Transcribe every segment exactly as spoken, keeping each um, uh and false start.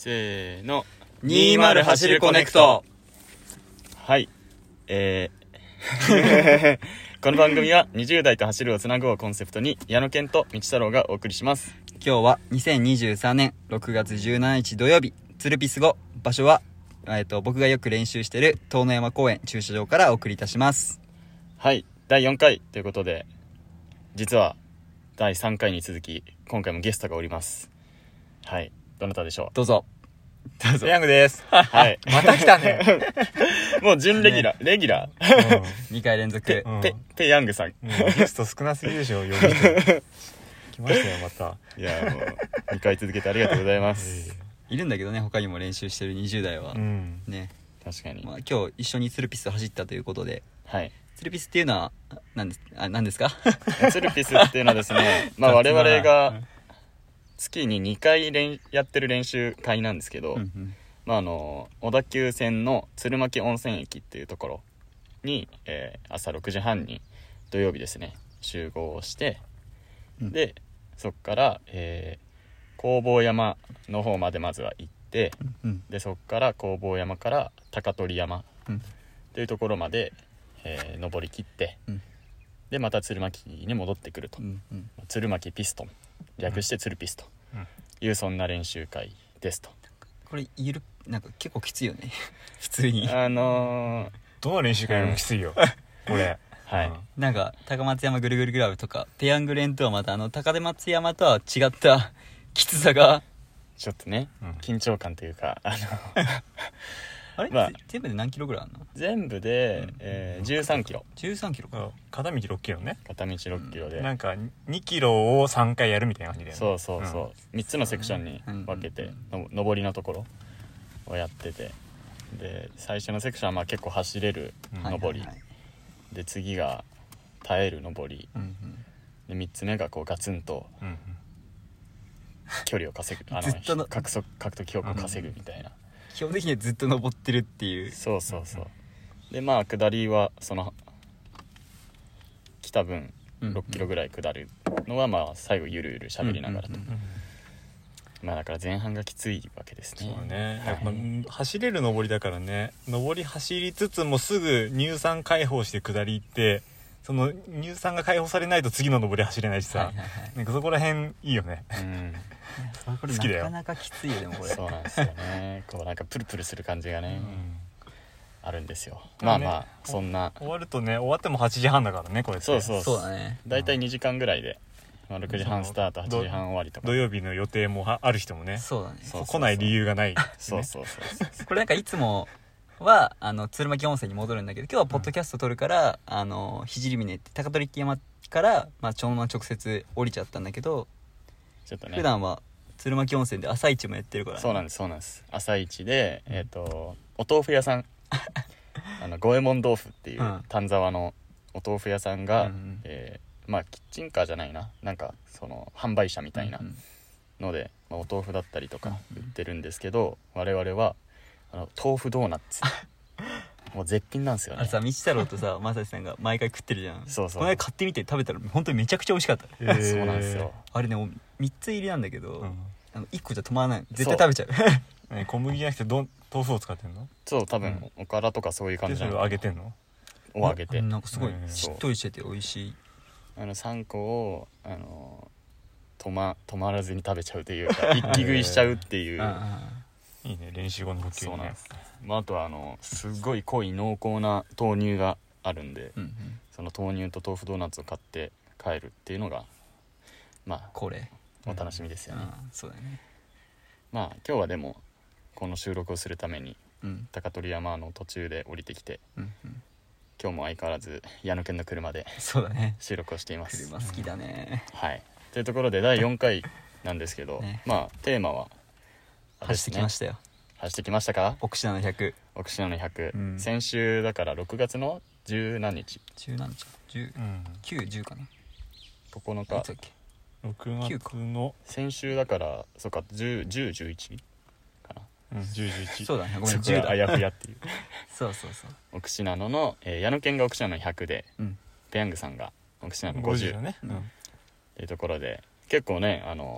せーのにじゅう走るコネクト。 はい、えー、この番組はにじゅう代と走るをつなぐをコンセプトに矢野健と道太郎がお送りします。 今日はにせんにじゅうさんねんろくがつじゅうしちにち土曜日、ツルピス号、場所は、えー、と僕がよく練習している遠野山公園駐車場からお送りいたします。 はい、だいよんかいということで、実はだいさんかいに続き今回もゲストがおります。はい、どなたでしょう。 どうぞどうぞ。 ヤングです。 はい、 また来たね。 もう準レギュラー、レギュラーうんにかい連続、 うんペペヤングさん。 もうゲスト少なすぎるでしょ。呼ぶ人来ましたよまた。 いやもうにかい続けてありがとうございます。 いるんだけどね、他にも練習してるにじゅう代は、 うんね。 確かに、 まあ、今日一緒にツルピス走ったということで、 はい、 ツルピスっていうのは何ですあ何ですか？ ツルピスっていうのはですね、まあ我々が月ににかい練やってる練習会なんですけど、 うんうん、 まあ、あの小田急線の鶴巻温泉駅っていうところに、えー、朝ろくじはんに土曜日ですね集合をして、 うん、でそこから、えー、弘法山の方までまずは行って、 うん、 でそこから弘法山から高取山というところまで、えー、登り切って、うん、でまた鶴巻に戻ってくると、うんうん、鶴巻ピストン略して鶴ピスという、うん、そんな練習会ですと。 これゆるなんか結構きついよね普通にあのー、 どの練習会よりもきついよ、これ。 はい、 うん、なんか高松山ぐるぐるグラブとかペヤング連とはまたあの高松山とは違ったきつさがちょっとね、 うん、 緊張感というかあのあれ、まあ、全部で何キロぐらいあるの？ 全部で、うんえー、じゅうさんキロ。 じゅうさんキロか。 片道ろっキロね。 片道ろっキロで、 うん、なんかにキロをさんかいやるみたいな感じで、ね、 そうそうそう、うん、みっつのセクションに分けて、うん、の上りのところをやってて、で最初のセクションはまあ結構走れる上り、うんはいはいはい、で次が耐える上り、うんうん、でみっつめがこうガツンと距離を稼ぐ、あの獲得獲得記録を稼ぐみたいな、うん、 基本的にはずっと登ってるっていう。 そうそうそう、でまあ下りはその来た分ろっキロぐらい下るのはまあ最後ゆるゆる喋りながらと、うんうんうん、まあだから前半がきついわけですね。 そうね、はい、まあ、走れる上りだからね、上り走りつつもすぐ乳酸解放して下り行って、その乳酸が解放されないと次の上り走れないしさ、はいはいはい、なんかそこら辺いいよね、うん、 これ好きだよ。 なかなかきついよでもこれ。 そうなんですよねこうなんかプルプルする感じがね、うん、あるんですよ。まあまあそんな終わるとね、終わってもはちじはんだからねこれって。 そうそうそうだね、 だいたいにじかんぐらいで、まあ、ろくじはんスタートはちじはん終わりとか、 土曜日の予定もある人もね、 そうだね、 そうそうそう来ない理由がない、ね、 そうそうそうそうこれなんかいつもはあの鶴巻温泉に戻るんだけど、今日はポッドキャスト撮るから、うん、あの聖峰って高取山から、まあ、そのまま直接降りちゃったんだけど、 ちょっとね普段は鶴巻温泉で朝市もやってるから、ね、 そうなんですそうなんです朝市で、えーと、お豆腐屋さんあの五右衛門豆腐っていう、うん、丹沢のお豆腐屋さんが、うんうんえー、まあキッチンカーじゃないな、なんかその販売車みたいなので、うんうんまあ、お豆腐だったりとか売ってるんですけど、うんうん、我々はあの豆腐ドーナツもう絶品なんですよね。 あれさ、道太郎とさ正志さんが毎回食ってるじゃん。 そうそう、 この間買ってみて食べたら本当にめちゃくちゃ美味しかった。 そうなんですよ。 あれねみっつ入りなんだけど、うん、あのいっこじゃ止まらない、絶対食べちゃうう小麦じゃなくてど豆腐を使ってんの？ そう多分、うん、おからとかそういう感じなの。 でそれを揚げてんの？ を揚げて、 なんかすごいしっとりしてて美味しい。 あのさんこをあの止ま止まらずに食べちゃうというか一気食いしちゃうっていういいね、練習後の補給にね。そうなんです、 まあ、あとはあのすごい濃い濃厚な豆乳があるんで、うんうん、その豆乳と豆腐ドーナツを買って帰るっていうのがまあこれお楽しみですよね、 うん、そうだね。 まあ今日はでもこの収録をするために、うん、高取山の途中で降りてきて、うんうん、今日も相変わらず矢野県の車で収録をしています。 車好きだね、 うん、はい。というところでだいよんかいなんですけど、ね、まあテーマは走ってきましたよ。 走ってきましたか？ 奥信濃ひゃく。 奥信濃ひゃく、うん、先週だからろくがつの十何日十何日十九十かな、 ここのかいつだっけ、 ろくがつの先週だからそうか十十十一かな、 うん、十十一そうだね、ごめんそこがあやふやっていうそうそうそう、 奥信濃の、えー、矢野県が奥信濃ひゃくで、うん、ペヤングさんが奥信濃ごじゅうだね、うん、っていうところで結構ねあの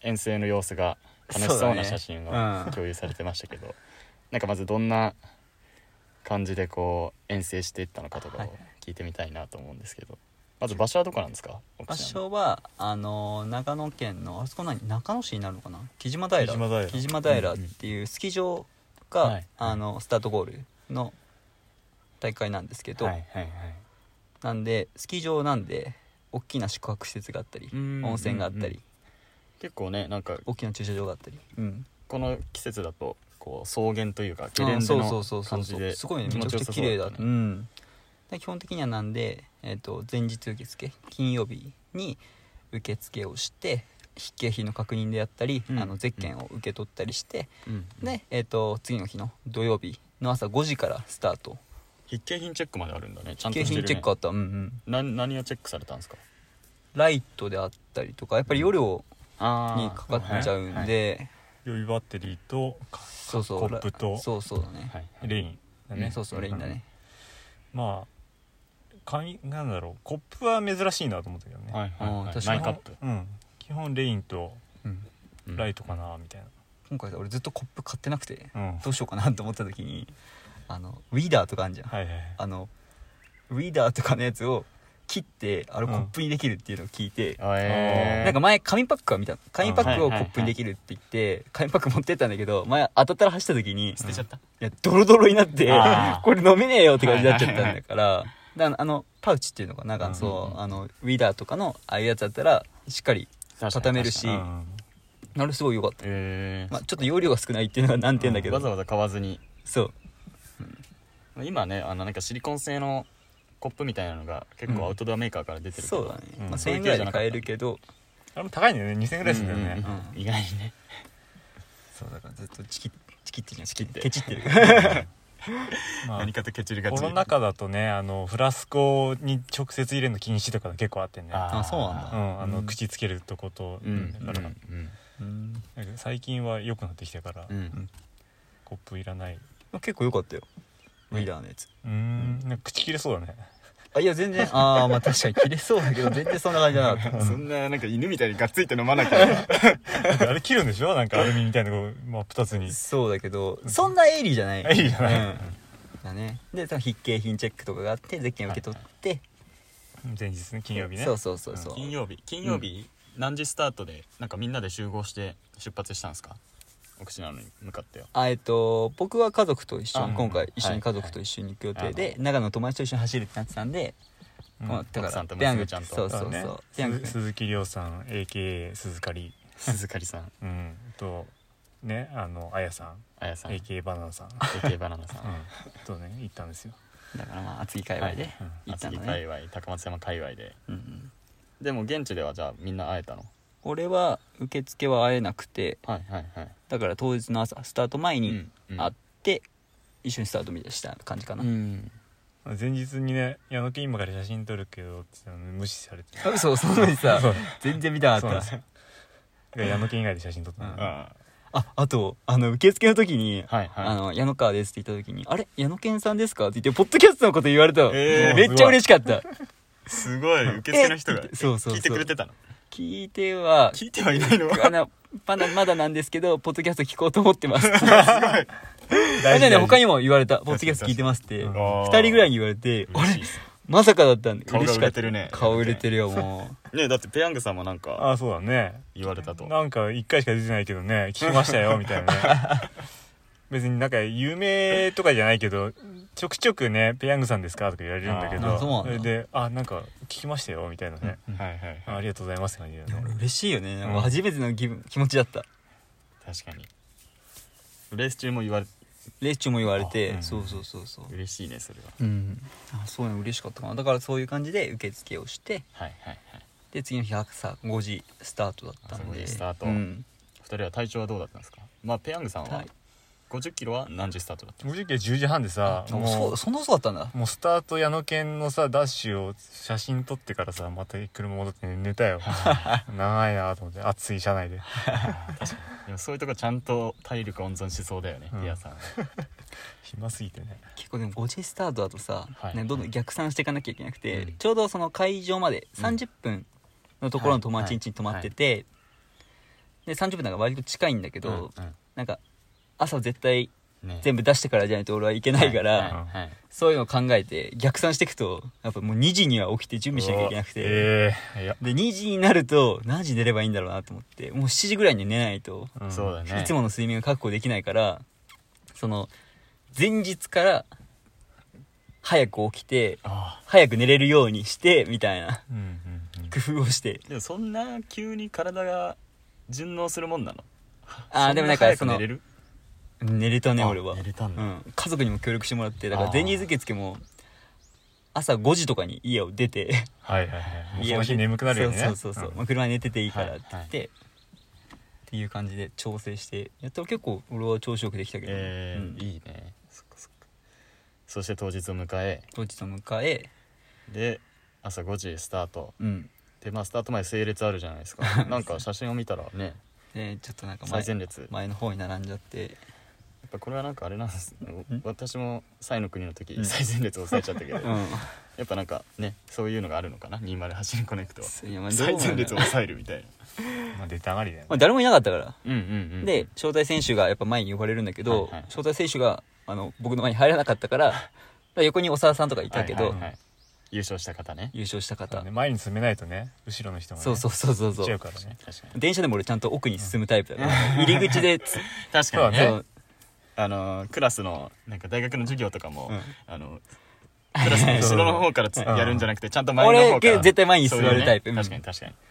遠征の様子が楽しそうな写真が共有されてましたけど、ね、うん、なんかまずどんな感じでこう遠征していったのかとかを聞いてみたいなと思うんですけど、まず場所はどこなんですか？ 場所はあの長野県のあそこ何中野市になるのかな、木島平木島平木島平っていうスキー場が、 うんうん、 あのスタートゴールの大会なんですけど、 はいはいはい、 なんでスキー場なんで大きな宿泊施設があったり温泉があったり、うんうんうん、 結構ねなんか大きな駐車場があったり、うん、 この季節だとこう草原というかゲレンデの感じですごいねめちゃくちゃ綺麗だった、ね、うん、で基本的にはなんで、えーと、前日受付金曜日に受付をして筆記費の確認であったり、うん、あのゼッケンを受け取ったりして、うん、で、えーと、次の日の土曜日の朝ごじからスタート。 筆記品チェックまであるんだね。ちゃんとしてるね。筆記品チェックあった、うんうん、 な何をチェックされたんですか？ ライトであったりとかやっぱり容量にかかっちゃうんで、 予備バッテリーとそうそうコップとそうそうだね、 はい、 レインだね、 うん、そうそうレインだね、 うん、まあ紙なんだろう、コップは珍しいなと思ったけどね、 はいはいはい、 マイカップ、うん、基本レインとライトかなみたいな、 今回俺ずっとコップ買ってなくて、うん、どうしようかなと思った時にあのウィーダーとかあるじゃん、 はいはい、 あのウィーダーとかのやつを切ってあれコップにできるっていうのを聞いて、うんえー、なんか前紙パックは見た紙パックをコップにできるって言って、はいはいはい、紙パック持ってったんだけど前当たったら走った時に捨てちゃった、 いやドロドロになってこれ飲めねえよって感じになっちゃったんだから、はいはいはい、だからあのパウチっていうのかな、なんかそう、うんうん、あのウィーダーとかのああいうやつだったらしっかり畳めるし、あれすごい良かった、えーまあ、ちょっと容量が少ないっていうのが難点だけど、 うん、わざわざ買わずに、 そう、 うん、今ねあのなんかシリコン製のコップみたいなのが結構アウトドアメーカーから出てるけど、 うん、そうだね、うんまあ、せんえんぐらいで買えるけどあれも高いんだよね、にせんえんぐらいするんだよね、 うんうんうん、意外にね、 そうだからずっとチキッチキッてチキってケチってるまあ、何かとケチりがち。 コロナ禍だとね、あのフラスコに直接入れるの禁止とか結構あってね、 ああそうなんだ、 うん、あの、うん、口つけるとこと、うん、だから、うんうん、最近は良くなってきたから、うん、コップいらない。 結構良かったよウィーダーのやつ。 うーん、なんか口切れそうだね。 あいや全然ああまあ確かに切れそうだけど全然そんな感じじゃなかったそんななんか犬みたいにがっついて飲まなきゃあれ切るんでしょ、なんかアルミみたいなこう真っ二つに。 そうだけどそんな鋭利じゃない鋭利じゃない、うん、 だね。でその筆記品チェックとかがあってゼッケン受け取って、はいはい、前日ね金曜日ね、 そうそうそうそう、 うん、金曜日金曜日、うん、何時スタートでなんかみんなで集合して出発したんですか？奥信濃に向かってよ。 あえっと僕は家族と一緒に今回一緒に家族と一緒に行く予定で、はいはい、長野の友達と一緒に走るってなってたんで、うん、だからさんと娘ちゃんとそうそうそう、ね、 鈴木亮さん エーケーエー 鈴狩鈴狩さん、 うん、とねあのあやさんあやさんエーケー バナナさんエーケー バナナさん、うん、 とね行ったんですよ。 だからまあ厚木界隈で行ったのね、 厚木界隈高松山界隈で、うんうん、でも現地ではじゃあみんな会えたの？ 俺は受付は会えなくて、 はいはいはい、 だから当日の朝スタート前に会って、うんうん、一緒にスタートみたいした感じかな、うん、 前日にね矢野家今から写真撮るけどって無視されてそうそのにさ全然見たかった矢野家以外で写真撮ったの、うん、 あああとあの受付の時に、 はいはい、 あの矢野川ですって言った時にあれ矢野健さんですかって言ってポッドキャストのこと言われたの、えー、めっちゃ嬉しかったすごい受付の人がそうそうそう聞いてくれてたの？ 聞いては聞いてはいないのあのまだまだなんですけどポッドキャスト聞こうと思ってますすごい大事、ね、他にも言われたポッドキャスト聞いてますってふたりぐらいに言われてあれまさかだったんで顔が売れてるね。 顔売れてるよもうねだってペヤングさんもなんかあそうだね言われたとなんかいっかいしか出てないけどね聞きましたよみたいなね別になんか有名とかじゃないけどちょくちょくねペヤングさんですかとか言われるんだけど そ, それであなんか聞きましたよみたいなね、うんはいはいはい、あ, ありがとうございますって感じだよね。 嬉しいよね、うん、初めての気持ちだった。 確かにレース中も言われレース中も言われて、うん、そうそうそうそう嬉しいねそれは、 うん、あそういうの嬉しかったかな。だからそういう感じで受付をして、 はいはいはい、 で次の日朝ごじスタートだったのでごじスタート、うん、ふたりは体調はどうだったんですか？まあペヤングさんは、はいごじゅっキロは何時スタートだったの？ ごじゅっキロじゅうじはんでさもう そ, そんな遅かったんだ。 もうスタート矢野県のさダッシュを写真撮ってからさまた車戻って、ね、寝たよ長いなと思って暑い車内で確かにでもそういうとこちゃんと体力温存しそうだよね、うん、ピアさん暇すぎてね。 結構でもごじスタートだとさ、はいね、どんどん逆算していかなきゃいけなくて、うん、ちょうどその会場までさんじゅっぷんのところの友達ん家に泊まってて、 でさんじゅっぷんなんか割と近いんだけど、 うんうんなんか朝絶対ね全部出してからじゃないと俺はいけないから、 はいはいはいそういうのを考えて逆算していくとやっぱもうにじには起きて準備しなきゃいけなくて、 ええいやでにじになると何時寝ればいいんだろうなと思ってもうしちじぐらいに寝ないと、 うんそうだねいつもの睡眠が確保できないからその前日から早く起きてあ早く寝れるようにしてみたいなうんうんうん工夫をしてあでもそんな急に体が順応するもんなのあーでもなんかその早く寝れる寝れたねあ俺は寝れたんだうん、家族にも協力してもらってだから前日受付も朝ごじとかに家を出てはいはいはいもうそ家を出ての日眠くなるよねそうそうそうそう、 んまあ、車に寝てていいからって言って、 はいっていう感じで調整してやったら結構俺は調子よくできたけど、 えーうんいいねそっかそっかそして当日を迎え当日を迎えで朝ごじスタートうんでまあスタート前整列あるじゃないですかなんか写真を見たらねでちょっとなんか前最前列やっ前の方に並んじゃってぱこれはなんかあれなんですん私もサイの国の時うん最前列を抑えちゃったけど、 うんやっぱなんかねそういうのがあるのかなにーまるはちコネクトはいやまあどうなんだろう最前列を抑えるみたいなまあ出たがりだよねまあ、誰もいなかったから、 うんうんうんで招待選手がやっぱ前に呼ばれるんだけど、 はいはい招待選手があの僕の前に入らなかったからだから横に長田さんとかいたけど、 はいはいはい優勝した方ね優勝した方そうね前に進めないとね後ろの人がねそうそうそうそう行っそうちゃうからね確かに電車でも俺ちゃんと奥に進むタイプだから、入り口でつ確かにねそうあのクラスのなんか大学の授業とかも、 うんあのクラスの後ろの方からつうんやるんじゃなくてちゃんと前の俺方から絶対前に座るタイプそういうねうん確かに確かに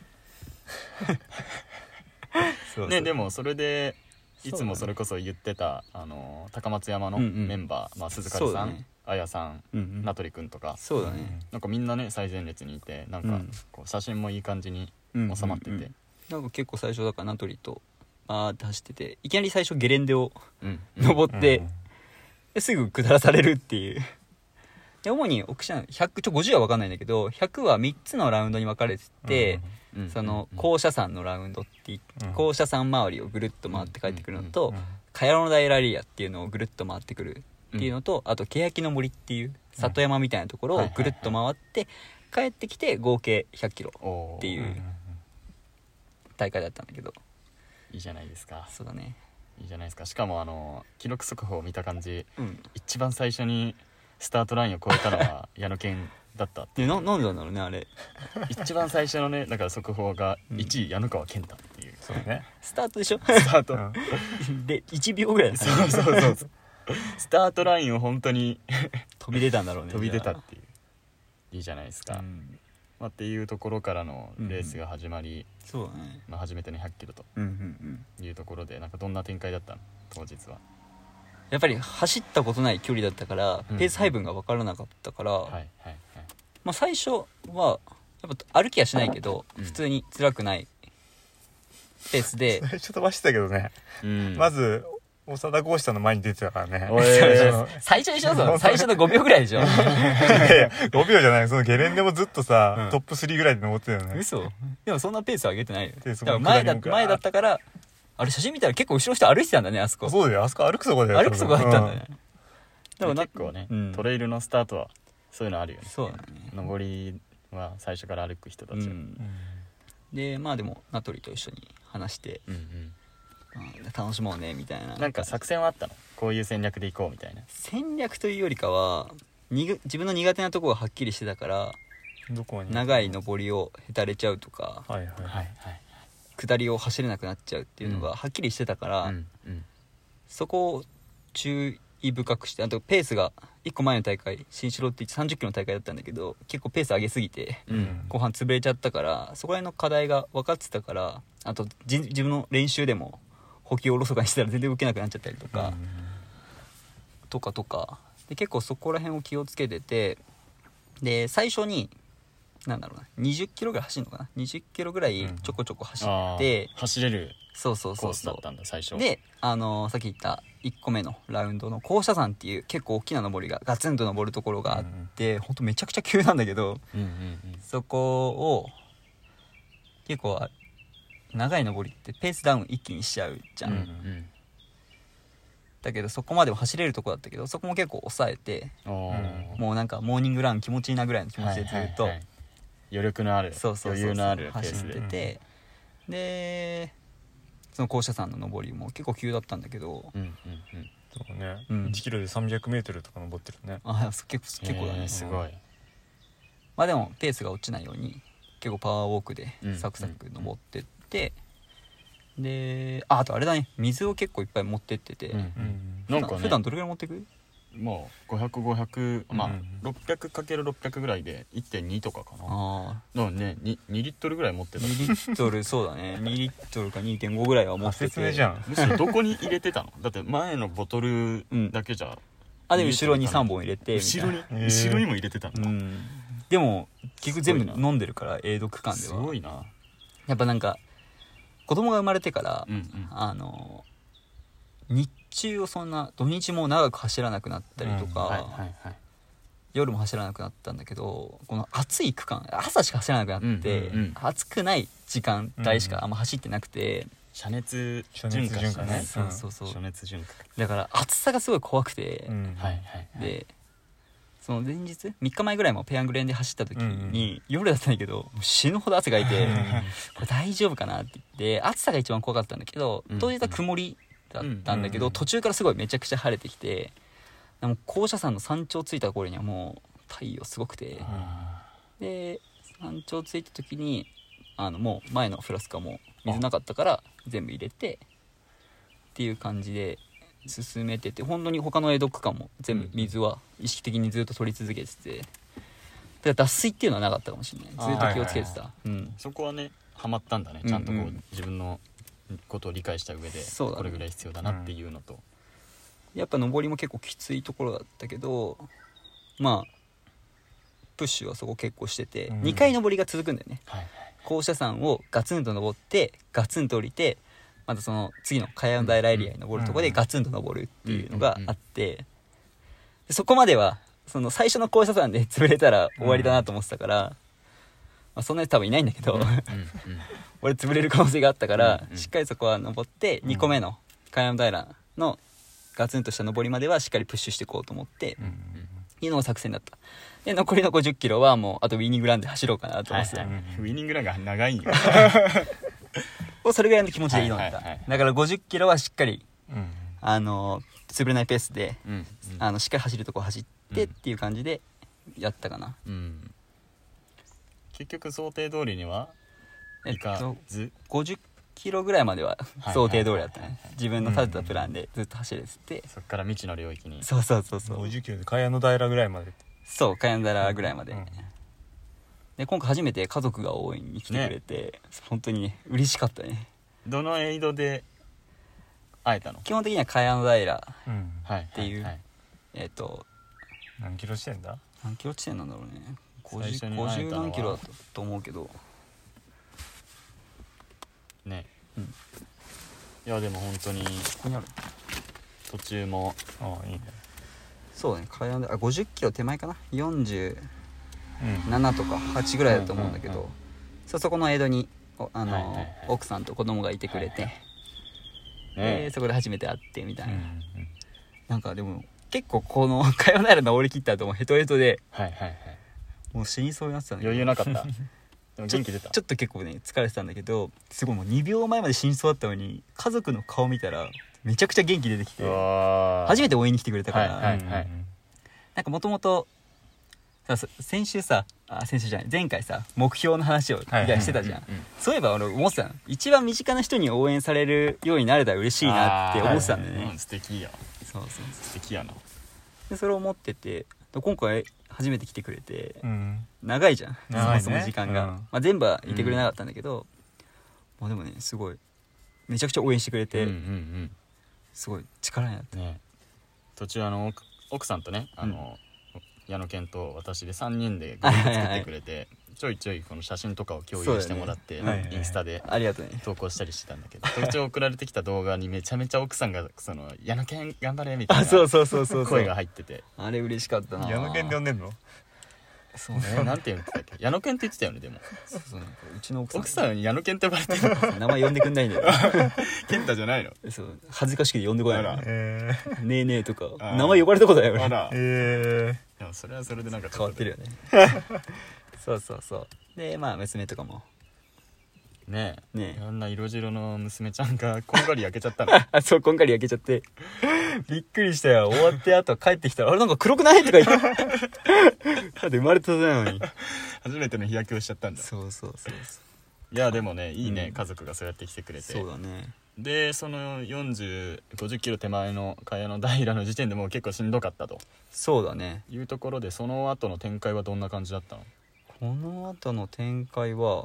そうそうねでもそれでいつもそだねそうれこそ言ってたあの高松山のうんうんメンバー、まあ、鈴鹿さん、 そうだねあやさんうんうん名取くんとかそうだねなんかみんなね最前列にいてなんかうんこう写真もいい感じにうん収まってて、 うんうんなんか結構最初だから名取とあーって走ってていきなり最初ゲレンデをうん登って、 うんですぐ下らされるっていうで主に奥車ひゃくちょごじゅうは分かんないんだけどひゃくはみっつのラウンドに分かれてて、 うんそのうん校舎山のラウンドってうん校舎山周りをぐるっと回って帰ってくるのとうん茅野平エリアっていうのをぐるっと回ってくるっていうのとあと欅の森っていう里山みたいなところをぐるっと回って帰ってきて合計ひゃっキロおーっていううん大会だったんだけどいいじゃないですかそうだねいいじゃないですかしかもあの記録速報を見た感じうん一番最初にスタートラインを超えたのは矢野健だったでななんでなんだろうねあれ一番最初のねだから速報がうんいちい矢野川健太っていうそうねスタートでしょスタートうんでいちびょうぐらいだそうそうそうそうスタートラインを本当に飛び出たんだろうね飛び出たっじていういいじゃないですか、 ゃあうんまあ、っていうところからのレースが始まり、 そうだねまあ、初めてのひゃっキロとうんうんうんいうところでなんかどんな展開だったの当日はやっぱり走ったことない距離だったからうんペース配分が分からなかったから、 はいはいはいまあ、最初はやっぱ歩きはしないけど、 うん普通に辛くないペースで最初飛ばしてたけどねうんまず長田豪志さんの前に出てたからねおい最初の最初でしょその最初のごびょうぐらいでしょいやいやごびょうじゃないそのゲレンデもずっとさ、 うんトップスリーぐらいで登ってたよね嘘でもそんなペース上げてないよでそこだから前だ下りもガーッ前だったからあれ写真見たら結構後ろの人歩いてたんだねあそこそうだよあそこ歩くとこだよ歩くとこだったんだね、 でもな結構ね、 うんトレイルのスタートはそういうのあるよねそうだね上りは最初から歩く人たちは、 うんうんでまあでも名取と一緒に話して、 うんうんまあ楽しもうねみたいななんか作戦はあったのこういう戦略でいこうみたいな戦略というよりかはにぐ自分の苦手なところがはっきりしてたからどこに長い上りをへたれちゃうとかはいはいはいはい下りを走れなくなっちゃうっていうのがはっきりしてたから、 うんうんそこを注意深くしてあとペースがいっこまえの大会新城ってさんじゅっキロの大会だったんだけど結構ペース上げすぎてうん後半潰れちゃったからそこら辺の課題が分かってたからあとじ自分の練習でも補給をおろそかにしたら全然動けなくなっちゃったりとか、とかとかで結構そこら辺を気をつけててで最初になんだろうなにじゅっキロぐらい走るのかなにじゅっキロぐらいちょこちょこ走あって、 ー走れるそうそうそうそコースだったんだ最初うで、あのーさっき言ったいっこめのラウンドの校舎山っていう結構大きな登りがガツンと登るところがあって、ほんとめちゃくちゃ急なんだけどうんうんうんそこを結構あ長い登りってペースダウン一気にしちゃうじゃん、 うんうんだけどそこまでも走れるとこだったけどそこも結構抑えておーもうなんかモーニングラン気持ちいいなぐらいの気持ちでずっと、 はいはいはい余力のあるそうそうそうそう余裕のあるペー走っスでてて、でその高車山の登りも結構急だったんだけど、 うんうんうん、 そうね、 うん、 いちキロでさんびゃくメートルとか登ってるね。 あ結構結構だね、 えー、すごい。 まあでもペースが落ちないように結構パワーウォークでサクサク登ってって、うんうん、で あ, あとあれだね、水を結構いっぱい持ってってて、うんうん、 なんかね、 普段どれぐらい持ってく？ もうごひゃく、ごひゃく、まあ、うん、ろっぴゃくかけるろっぴゃく ぐらいで いってんに とかかな。ああ、ね、に, にリットルぐらい持ってた。 にリットルそうだねにリットルか にてんご ぐらいは持ってて、 説明じゃん。 むしろどこに入れてたの？だって前のボトルだけじゃ、うん、 あでも後ろにさんぼん入れて後ろに後ろにも入れてたの、うん、 でも結局全部飲んでるから、エイド区間ではすごいな。 やっぱなんか子供が生まれてから、うんうん、あの日中をそんな土日も長く走らなくなったりとか、うんはいはいはい、夜も走らなくなったんだけど、この暑い区間朝しか走らなくなって、うんうんうん、暑くない時間帯しかあんま走ってなくて、 遮熱循環ね、 そうそうそう、 遮熱循環だから暑さがすごい怖くて、 うん、はいはいはい、 でその前日みっかまえぐらいもペヤングレンで走った時に、うんうん、夜だったんだけど死ぬほど汗かいてこれ大丈夫かなって言って暑さが一番怖かったんだけど、当日は曇りだったんだけど、うんうん、途中からすごいめちゃくちゃ晴れてきて、でも高車山の山頂着いた頃にはもう太陽すごくて、で山頂着いた時にあのもう前のフラスカも水なかったから全部入れてっていう感じで進めてて、本当に他のエイド区間も全部水は意識的にずっと取り続けてて、だから脱水っていうのはなかったかもしれない。ずっと気をつけてた、はいはいはい、うん、 そこはねハマったんだね、ちゃんとこう、うんうん、自分のことを理解した上で、ね、これぐらい必要だなっていうのと、 うん、やっぱ登りも結構きついところだったけど、まあプッシュはそこ結構してて、うん、にかい登りが続くんだよね、はいはい、高車山をガツンと登ってガツンと降りて、またその次の茅野平エリアに登るところでガツンと登るっていうのがあって、でそこまではその最初の高車山で潰れたら終わりだなと思ってたから、まあ、そんなに多分いないんだけど、うんうんうん、俺潰れる可能性があったから、うんうん、しっかりそこは登ってにこめの茅野平のガツンとした登りまではしっかりプッシュしていこうと思って、うんうん、いうのが作戦だった。で残りのごじゅっキロはもうあとウィニングランで走ろうかなと思ってた、はいはい、 ウィニングランが長いよそれぐらいの気持ちで挑んだ、はいはいはいはい、だからごじゅっキロはしっかり、うん、あの潰れないペースで、うんうん、あのしっかり走るとこ走ってっていう感じでやったかな、うん、 結局想定通りにはいかず、えっと、 ごじゅっキロぐらいまでは想定通りだったね。自分の立てたプランでずっと走れてて、うん、 そっから未知の領域に、 そうそうそうそう、 ごじゅっキロで茅野平ぐらいまで、 そう茅野平ぐらいまで、うんうん、で今回初めて家族が応援に来てくれて、ね、本当にね嬉しかったね。 どのエイドで会えたの？ 基本的には茅野平っていう、うんはいはいはい、えっ、ー、と何キロ地点だ？ 何キロ地点なんだろうね。ごじゅう、ごじゅう何キロだったと思うけどね、うん、いやでも本当にここにある途中もああいいね。 そうね、茅野平ごじゅっキロ手前かな、よんじゅうななとかはちぐらいだと思うんだけど、うんうんうん、そ, そこのエイドにあの、はいはいはい、奥さんと子供がいてくれて、はいはい、でそこで初めて会ってみたいな、うんうん、なんかでも結構この茅野平登り切った後もヘトヘトで、はいはいはい、もう死にそうになってたんだけど余裕なかったでも元気出た。 ちょっと結構ね疲れてたんだけど、すごいもうにびょうまえまで死にそうだったのに家族の顔見たらめちゃくちゃ元気出てきて初めて応援に来てくれたから、はいはいはい、なんかもともと先週さあ先週じゃない前回さ目標の話をしてたじゃん、はいはいうんうん、そういえば俺思ってたの、一番身近な人に応援されるようになれたら嬉しいなって思ってたんだよね、はいはいうん、 素敵やそうそう素敵やな。でそれを思ってて今回初めて来てくれて、うん、長いじゃん、長いね、そもそも時間が、うんまあ、全部はいてくれなかったんだけど、うんまあ、でもねすごいめちゃくちゃ応援してくれて、うんうんうん、すごい力になって、ね、 途中あの奥さんとねあの、うん、矢野健と私でさんにんでグループ作ってくれて、はいはいはい、ちょいちょいこの写真とかを共有してもらって、ね、インスタで投稿したりしてたんだけど、途中送られてきた動画にめちゃめちゃ奥さんがその矢野健頑張れみたいな声が入ってて、 あれ嬉しかったな。 矢野健で呼んでんの？ そうね、なんて言うんだっけ、矢野健って言ってたよね。でもそうそう、なんかうちの奥さん奥さんに矢野健って呼ばれてる名前呼んでくんないんだよ健太じゃないの？ そう恥ずかしくて呼んでこないの、えー、ねえねえとか名前呼ばれたことないよ俺。あら、 えー、でもそれはそれでなんか変わってるよねそうそうそう。でまあ娘とかもねえねあんな色白の娘ちゃんがこんがり焼けちゃったのあそうこんがり焼けちゃってびっくりしたよ。終わってあと帰ってきたらあれなんか黒くないとか言ってだって生まれたてなのに初めての日焼けをしちゃったんだ。 そうそうそういやでもねいいね、 うん家族がそうやって来てくれて。 そうだね。 でそのよんじゅう、ごじゅっキロ手前の茅野平の時点でもう結構しんどかったとそうだね。 いうところで、その後の展開はどんな感じだったの？ この後の展開は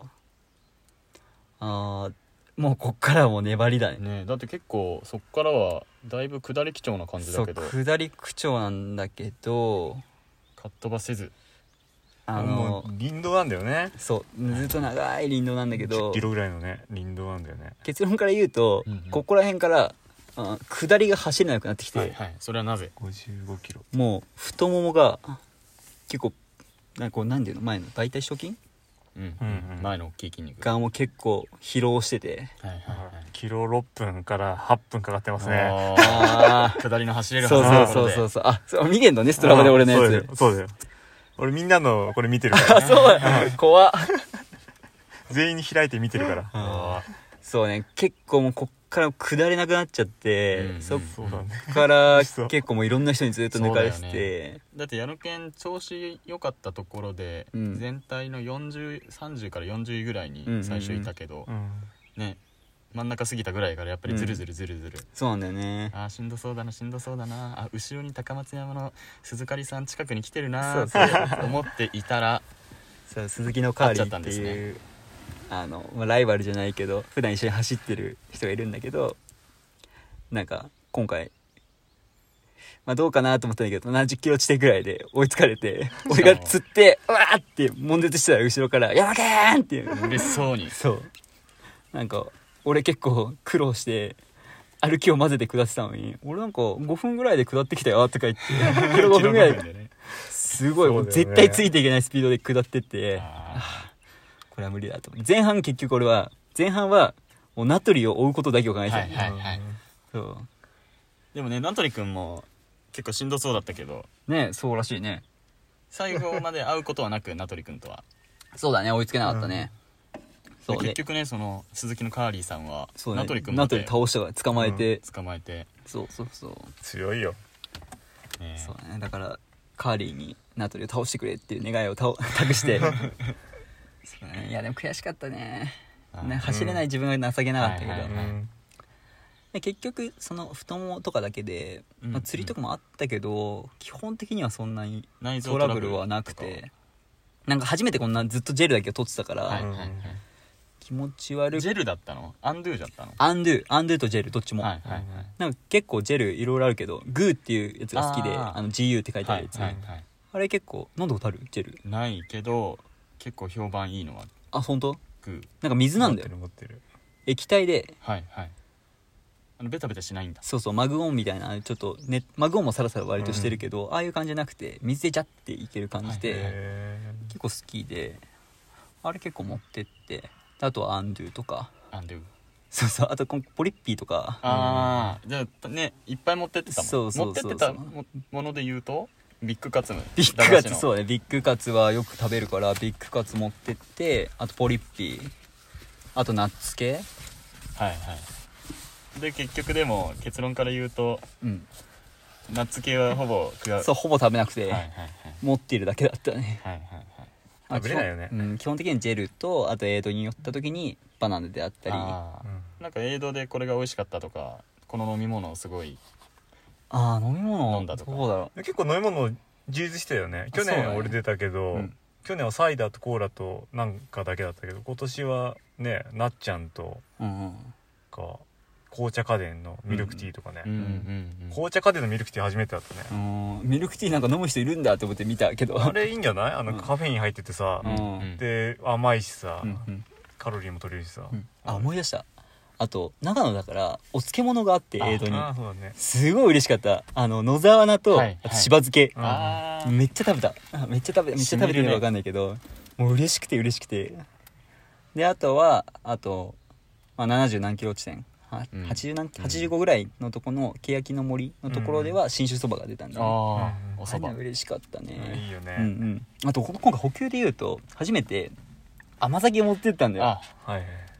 あーもうこっからはもう粘りだね。 ねだって結構そっからはだいぶ下り基調な感じそうだけど下り口調なんだけどかっ飛ばせず。 あのもう林道なんだよね。 そうずっと長い林道なんだけじゅっどキロぐらいのね林道なんだよね。 結論から言うと、 うんうんここら辺からあ下りが走れなくなってきて、 はいはいそれはなぜ？ ごじゅうごキロ。 もう太ももが結構なんかこうなんていうの前の大腿四頭筋うん、 うんうん前の大きい筋肉がもう結構疲労しててはいはいはいキロろっぷんからはっぷんかかってますね。 あー下りの走れるはずそうのところでそうそうそうそうあそう見てんのねストラバで俺のやそうだよつそうだよ。俺みんなのこれ見てるからあそう怖っ全員に開いて見てるから。 あそうね結構もうこっから下れなくなっちゃって、 うんそっそうだね。 からそう結構もういろんな人にずっと抜かれてそうだよて、 ーだって矢野県調子良かったところで、 うん全体のよんじゅう、さんじゅうからよんじゅう位ぐらいに最初いたけど、 うん。 ね真ん中過ぎたぐらいからやっぱりズルズルズルズル、 そうなんだよねあーしんどそうだなしんどそうだなあ後ろに高松山の鈴刈さん近くに来てるなーそうって思っていたらそう鈴木のカーリ会っちゃったんーってですいうあの、まあ、ライバルじゃないけど普段一緒に走ってる人がいるんだけどなんか今回まあどうかなと思ったんだけどななじゅっキロ地点ぐらいで追いつかれて俺が釣ってうわーって悶絶してたら後ろから「やばけーん!」っていう嬉しそうにそうなんか俺結構苦労して歩きを混ぜて下ってたのに俺なんかごふんぐらいで下ってきたよとか言ってキロごふんぐらいキロごふんでねすごい、 そうだよね絶対ついていけないスピードで下ってってあこれは無理だと思って前半結局俺は前半はもう名取を追うことだけを考えてた、 はいはいはいそうーでもね名取くんも結構しんどそうだったけどねそうらしいね最後まで会うことはなく名取くんとはそうだね追いつけなかったね、そうねで結局ねその鈴木のカーリーさんはそうね名取くんま名で取倒したから捕まえて、 捕まえて、 そうそうそう強いよ。 ねそうだねだからカーリーに名取を倒してくれっていう願いをた託してそうねいやでも悔しかったねあーね走れない自分が情けなかったけど、 はいはいはいうん。 で結局その太ももとかだけで、 うんまあ、釣りとかもあったけど、基本的にはそんなに内臓トラブルはなくてなんか初めてこんなずっとジェルだけを取ってたから、 はいはいはい気持ち悪くジェルだったのアンドゥだったのアンドゥアンドゥとジェルどっちも、 はいはいはいなんか結構ジェルいろいろあるけどグーっていうやつが好きであーあの ジーユー って書いてあはいるやつ、 はいはいあれ結構飲んだことあるジェルないけど結構評判いいのはあ本当グーなんか水なんだよ持ってる持ってる。 液体ではいはいあのベタベタしないんだそうそうマグオンみたいなちょっと、ね、マグオンもサラサラ割としてるけど、ああいう感じじゃなくて水でジャッていける感じで、 はいはいへ結構好きであれ結構持ってってあとはアンドゥとかアンドゥそうそうあとこのポリッピーとかああじゃあねいっぱい持ってってたもんそうそうそうそう持ってってたももので言うとビッグカツムビッグカツうそうねビッグカツはよく食べるからビッグカツ持ってってあとポリッピーあとナッツ系はいはいで結局でも結論から言うとうんナッツ系はほぼ食わそうほぼ食べなくて、 はいはいはい持っているだけだったねはいはいはいまあ食べれないよね基本うん、基本的にジェルとあとエイドに寄った時にバナナであったりああーなんかエイドでこれが美味しかったとかこの飲み物すごいあー飲み物飲んだとかどうだろ結構飲み物充実したよね。去そうだね年俺出たけど、 うん去年はサイダーとコーラとなんかだけだったけど、今年はねなっちゃんとううんうんか紅茶家電のミルクティーとかね、 うんうんうん紅茶家電のミルクティー初めてだったね、 うんミルクティーなんか飲む人いるんだって思って見たけどあれいいんじゃないあの、 うんカフェイン入っててさ、 うんうんで甘いしさ、 うんうんカロリーも取れるしさ、 うんあ思い出したあと長野だからお漬物があってあエイドにああそうだね。 すごい嬉しかったあの野沢菜と、 はいあとしば漬け、 あーめっちゃ食べたあめっちゃ食べめっちゃ食べてるのか染みるね分かんないけどもう嬉しくて嬉しくてであとはあと、まあ、ななじゅう何キロ地点はうんはちじゅう何はちじゅうごぐらいのとこの欅の森のところでは信州そばが出たんだね、 あうんあおそばあれね嬉しかったね、 いいよね、 うんうんあとこの今回補給で言うと初めて甘酒を持ってったんだよあはいはい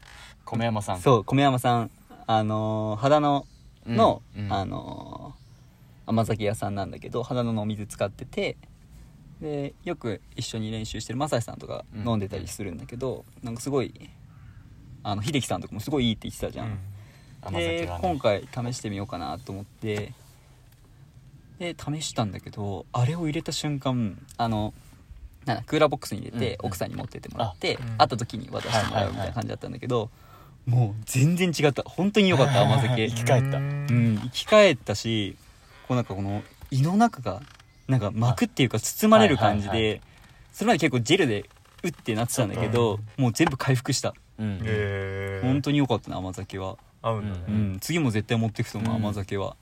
米山さん。 そう米山さん、あのー、秦野の、 うんうん、 あのー、甘酒屋さんなんだけど秦野のお水使ってて、でよく一緒に練習してる正志さんとか飲んでたりするんだけど、うん、なんかすごいあの秀樹さんとかもすごいいいって言ってたじゃん、うん、 甘酒はね、 今回試してみようかなと思ってで試したんだけど、あれを入れた瞬間あのなんだクーラーボックスに入れて、うん、奥さんに持ってってもらって、うん、会った時に渡してもらうみたいな感じだったんだけど、はいはいはい、もう全然違った。本当に良かった甘酒。 生き返った。 うん生き返ったし、こうなんかこの胃の中がなんか膜っていうか包まれる感じで、はいはいはい、それまで結構ジェルでうってなってたんだけど、もう全部回復した。うん、へー、本当に良かったな甘酒は。 合うんだね、 うん、次も絶対持ってくと思う、うん、甘酒は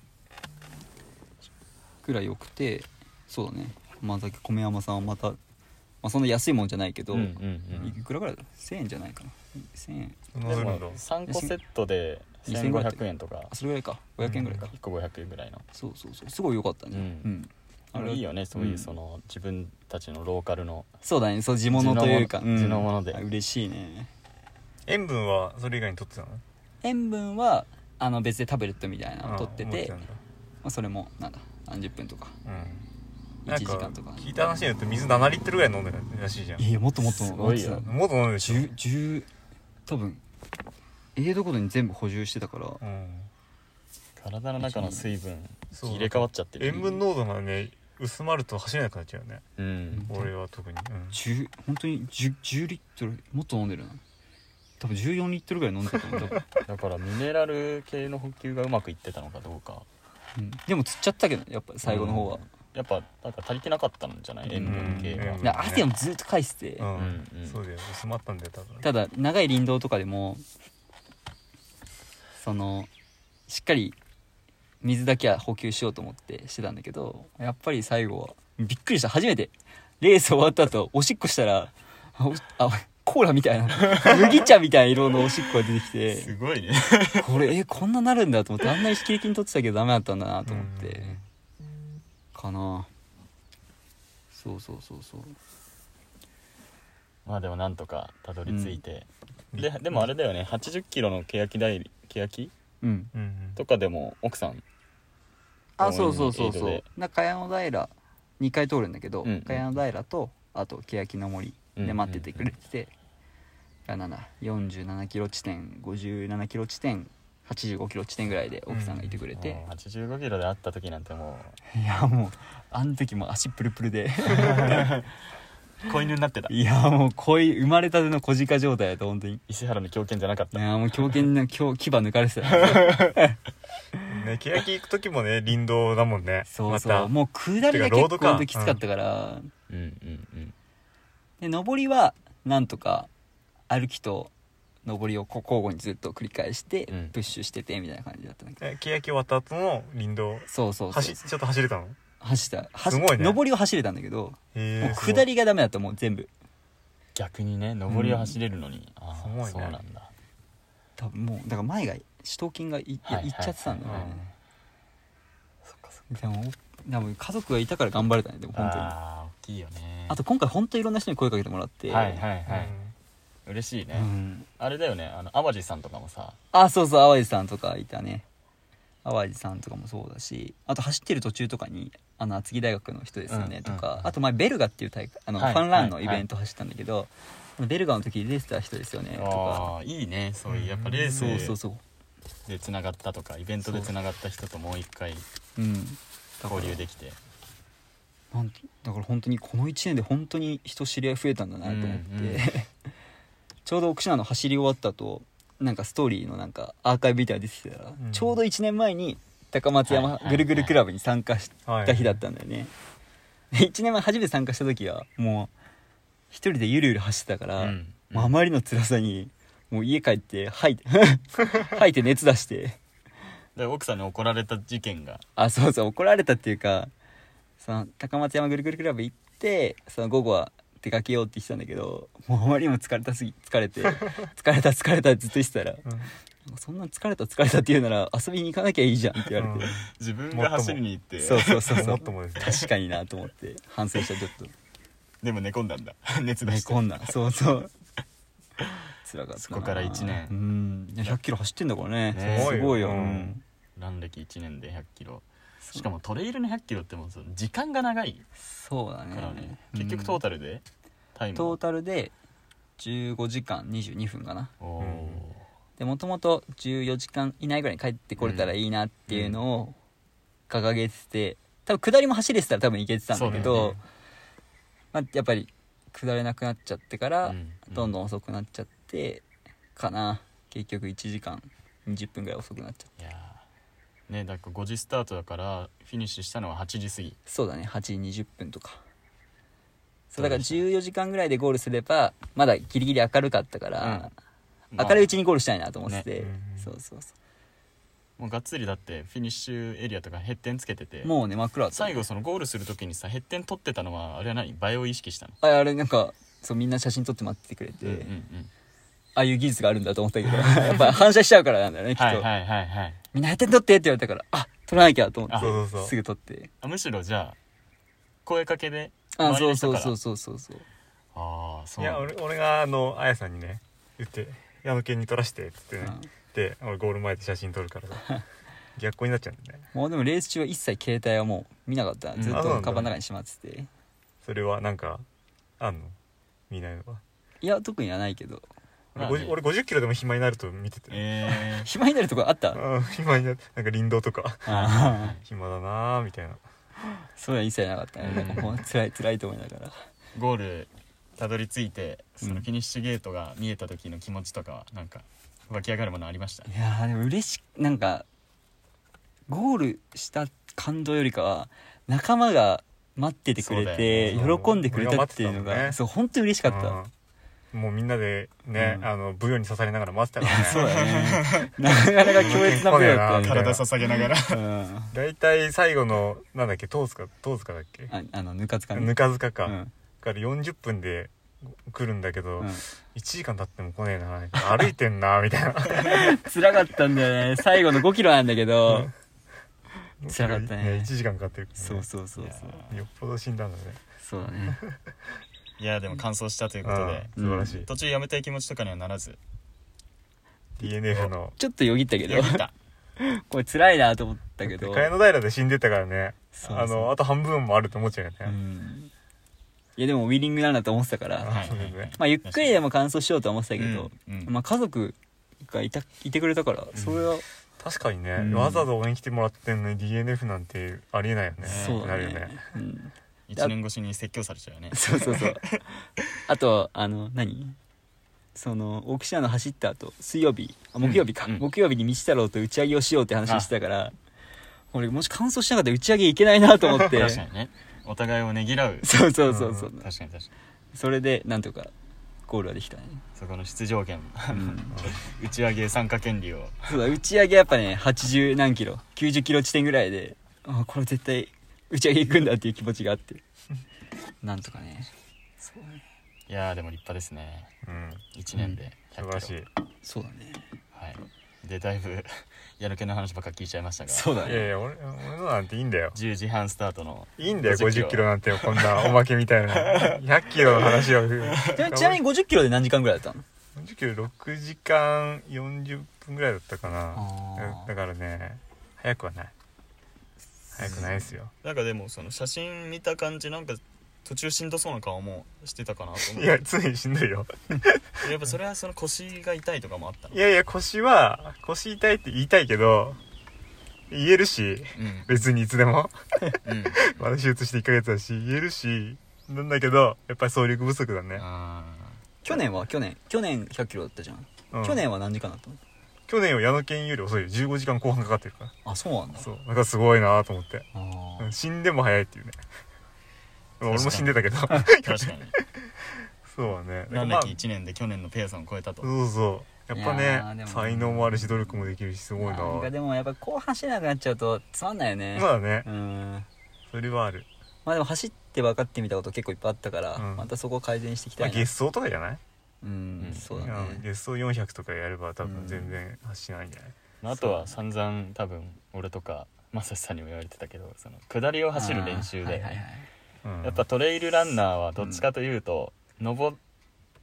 くらい良くて、そうだね甘酒米山さんはまた、まあ、そんな安いもんじゃないけど、うんうんうん、いくらぐらいだせんえんじゃないかな、せんえんでもさんこセットでせんごひゃくえんとか、 それぐらいか、ごひゃくえんぐらいか、 いっこごひゃくえんぐらいの、 そうそうそう、すごい良かったね、うんうん、 あれいいよね、そういうその、うん、自分たちのローカルの、 そうだね、そう地物というか地のもので、 うん、嬉しいね。 塩分はそれ以外に取ってたの？ 塩分はあの別でタブレットみたいなの取ってて、まあ、それもなんだ何十分とか、うん、いちじかんとか。 聞いた話によって水ななリットルぐらい飲んでるらしいじゃん。 いやもっともっとすごいよ、 もっと飲んでるでしょ。 じゅう多分ええどころに全部補充してたから、うん、 体の中の水分入れ替わっちゃってる。 塩分濃度がね薄まると走れなくなっちゃうね、うん、俺は特に、うん、 じゅう本当に 10, じゅうリットルもっと飲んでるな、多分じゅうよんリットルぐらい飲んでたと思うだからミネラル系の補給がうまくいってたのかどうか、 うん、でも釣っちゃったけどやっぱ最後の方は、うん、 やっぱなんか足りてなかったんじゃない、塩分系が、 うん、いや汗もずっと返してて、 うんうん、そうだよ薄まったんだよ多分。 ただ長い林道とかでもそのしっかり水だけは補給しようと思ってしてたんだけど、やっぱり最後はびっくりした。初めてレース終わった後おしっこしたらあコーラみたいな麦茶みたいな色のおしっこが出てきてすごいねこれえこんななるんだと思って、あんなにキレキに取ってたけどダメだったんだなと思ってかな。そうそうそうそう、 まあでもなんとかたどり着いて、うん、で, でもあれだよねはちじゅっキロの欅台欅、うん、とかでも奥さんあそうそうそうそうな茅野平にかい通るんだけど、うん、茅野平とあと欅の森で待っててくれてて、うんうんうん、よんじゅうななキロ地点ごじゅうななキロ地点はちじゅうごキロ地点ぐらいで奥さんがいてくれて、 うん、はちじゅうごキロで会った時なんてもういやもうあの時も足プルプルで子犬になってた。 いやもう恋生まれたての小鹿状態だと本当に石原の狂犬じゃなかった。 いやもう狂犬の牙抜かれてたね、欅行く時もね林道だもんね。 そうそう、ま、もう下りが結構きつかったから、うん、うんうんうんで上りはなんとか歩きと上りを交互にずっと繰り返してプッシュしててみたいな感じだったんだけど、 うん、欅終わった後の林道そうそうそうそう走ちょっと走れたの？ 走ったすごいね。 上りを走れたんだけどもう下りがダメだったもう全部逆にね上りを走れるのに、うん、ああ、ね、そうなんだ。 多分もうだから前が四頭筋が い,、はいはい、いっちゃってたんだよね、うん、そっかそっか。でもでも家族がいたから頑張れたね。でも本当にああ大きいよね。 あと今回本当にいろんな人に声かけてもらってはいはいはい、うん、嬉しいね、うん、あれだよねあの淡路さんとかもさあそうそう淡路さんとかいたね。淡路さんとかもそうだしあと走ってる途中とかにあの厚木大学の人ですよね、うん、とか、うん、あと前ベルガっていう大会あの、はい、ファンランのイベント走ったんだけど、はい、ベルガの時に出てた人ですよねとか。 あいいねそういうやっぱレースそうそうそうでつながったとかイベントでつながった人ともう一回交流できて、 うん、なんだから本当にこのいちねんで本当に人知り合い増えたんだなと思って、うんうん、ちょうど奥品の走り終わった後なんかストーリーのなんかアーカイブみたいなの出てきたら、うん、ちょうどいちねんまえに高松山ぐるぐるクラブに参加した日だったんだよね、はいはい、いちねんまえ初めて参加した時はもう一人でゆるゆる走ってたから、うんうん、もうあまりの辛さにもう家帰って吐いて吐いて熱出してで奥さんに怒られた事件があそうそう怒られたっていうかその高松山ぐるぐるクラブ行ってその午後は出かけようって言ってたんだけどもうあまりにも疲れたすぎ疲れて疲れた疲れたってずっと言ってたら、うん、そんな疲れた疲れたって言うなら遊びに行かなきゃいいじゃんって言われて、うん、 自分が走りに行ってそうそうそうそう確かになと思って反省したちょっとでも寝込んだんだ熱出して寝込んだそうそう辛かったな。 そこからいちねん、 うん、いやひゃっキロ走ってんだからね。 ねすごいよ、 ううんん、 ラン歴いちねんでひゃっキロ、しかもトレイルのひゃっキロってもうその時間が長いそうだからね、 ね。 結局トータルでタイムトータルでじゅうごじかんにじゅうにふんかな。 おおでもともとじゅうよじかん以内ぐらいに帰ってこれたらいいなっていうのを掲げてて、多分下りも走れてたら多分いけてたんだけど、 そうだよねまあ、やっぱり下れなくなっちゃってからうんうんどんどん遅くなっちゃってかな。結局いちじかんにじゅっぷんぐらい遅くなっちゃって、 いやーね、だからごじスタートだからフィニッシュしたのははちじ過ぎ。 そうだね、はちじにじゅっぷんとか。そうだからじゅうよじかんぐらいでゴールすればまだギリギリ明るかったから、 まあ明るいうちにゴールしたいなと思ってて、 ねそうそうそもうがっつりだってフィニッシュエリアとかヘッテンつけてて、 う、もうね真っ暗だった。 最後そのゴールするときにさヘッテン取ってたのはあれは何、映えを意識したの？ ああれなんかそうみんな写真撮って待っててくれて、 うんうんうんああいう技術があるんだと思ったけどやっぱ反射しちゃうからなんだよねきっと、 はいはいはいはい。 みんなヘッテン撮ってって言われたから、あ撮らなきゃと思あってそうそうそうすぐ撮って、 あむしろじゃあ声かけであそう周りの人からそうそうそうそうそうああそいうやなんだ俺俺があのあやさんにね言って矢野犬に撮らしてっつってね、 うんで俺ゴール前で写真撮るからさ逆光になっちゃうんだよね。 もうでもレース中は一切携帯はもう見なかった、 うんずっあそうなんだとカバンの中にしまってて、 それはなんかあんの見ないのは、 いや特にはないけど、 まあね俺俺ごじゅっキロでも暇になると見てて、 え暇になるとこあったうん暇になるなんか林道とかあー暇だなーみたいな。 そういうのは一切なかったね。なんかもう辛い辛いと思いながら、 ー、ゴールたどり着いてそうんのフィニッシュゲートが見えた時の気持ちとかはなんか湧き上がるものありました？ いやーでも嬉しなんかゴールした感動よりかは仲間が待っててくれて、 そうだよね喜んでくれたっていうのが俺が待ってたもんねそう本当に嬉しかった、 うんもうみんなでね、 うんあのブヨに刺されながら待ってたからねそうだねなかなか強烈なプレーだったよね体体捧げながらうん大体最後のなんだっけトースカトースカだっけああのぬかつかねぬか塚か、 うんからよんじゅっぷんで来るんだけど、 うんいちじかん経っても来ねえな歩いてんなみたいな辛かったんだよね最後のごキロなんだけど辛かったねいちじかんかかってるからね、 そうそうそうそういやよっぽど死んだんだねそうだねいやでも完走したということでうん素晴らしい、 途中やめたい気持ちとかにはならずディーエヌエフ のちょっとよぎったけどよぎったこれ辛いなと思ったけど茅野平で死んでたからねそうそうあのあと半分もあると思っちゃうよね、 うんいやでもウィリングなんだと思ってたから、 あはいそうですねまあゆっくりでも完走しようとは思ってたけど、 うんうんまあ家族がいたいてくれたからそれは、 確かにね、 うんわざわざ応援来てもらってんのに ディーエヌエフ なんてありえないよねそうだねなるよねうん、 いちねん越しに説教されちゃうよねそうそうそうあとあの何そのオークションの走った後水曜日あ木曜日か、 うんうん木曜日に道太郎と打ち上げをしようって話してたから俺もし完走しなかったら打ち上げ行けないなと思って確かにねお互いをねぎらうそうそうそうそう、 うん確かに確かにそれでなんとかゴールはできたね、 そこの出場権うん、 打ち上げ参加権利をそうだ打ち上げやっぱねはちじゅう何キロきゅうじゅっキロ地点ぐらいであこれ絶対打ち上げ行くんだっていう気持ちがあってなんとかねそうねいやーでも立派ですねうんいちねんでひゃっキロ、 素晴らしいそうだねはいでだいぶやる気の話ばっか聞いちゃいましたがそうだねいやいや俺俺のなんていいんだよじゅうじはんスタートのいいんだよごじゅっキロごじゅっキロなんてこんなおまけみたいなひゃっキロの話をちなちなみにごじゅっキロで何時間ぐらいだったのごじゅっキロろくじかんよんじゅっぷんぐらいだったかなあーだからね早くはない早くないですよなんかでもその写真見た感じなんか途中しんどそうな顔もしてたかなと思いうや常にしんどいよやっぱそれはその腰が痛いとかもあったのいやいや腰は腰痛いって言いたいけど言えるしうん別にいつでもうんまだ手術していっかげつだし言えるしなんだけどやっぱり走力不足だね、 あ去年は去年去年ひゃっキロだったじゃん、 うん去年は何時間だったの去年は矢野犬より遅いよじゅうごじかんこう半かかってるからあそうなんだそうだからすごいなと思ってあうん死んでも早いっていうね俺も死んでたけどー確かにそうだね何まあ歴いちねんで去年のペアさんを超えたとそうそうやっぱいやーでもね才能もあるし努力もできるしすごいななんかでもやっぱ後半走れなくなっちゃうとつまんないよねまあねうんそれはあるまあでも走って分かってみたこと結構いっぱいあったから、 うんまたそこを改善していきたまあいな、 月走とかじゃないうん、 うんそうだうんね月走よんひゃくとかやれば多分全然走らないんじゃないまああとは散々多分俺とかまさしさんにも言われてたけどその下りを走る練習であーはいはいはいうんやっぱトレイルランナーはどっちかというと登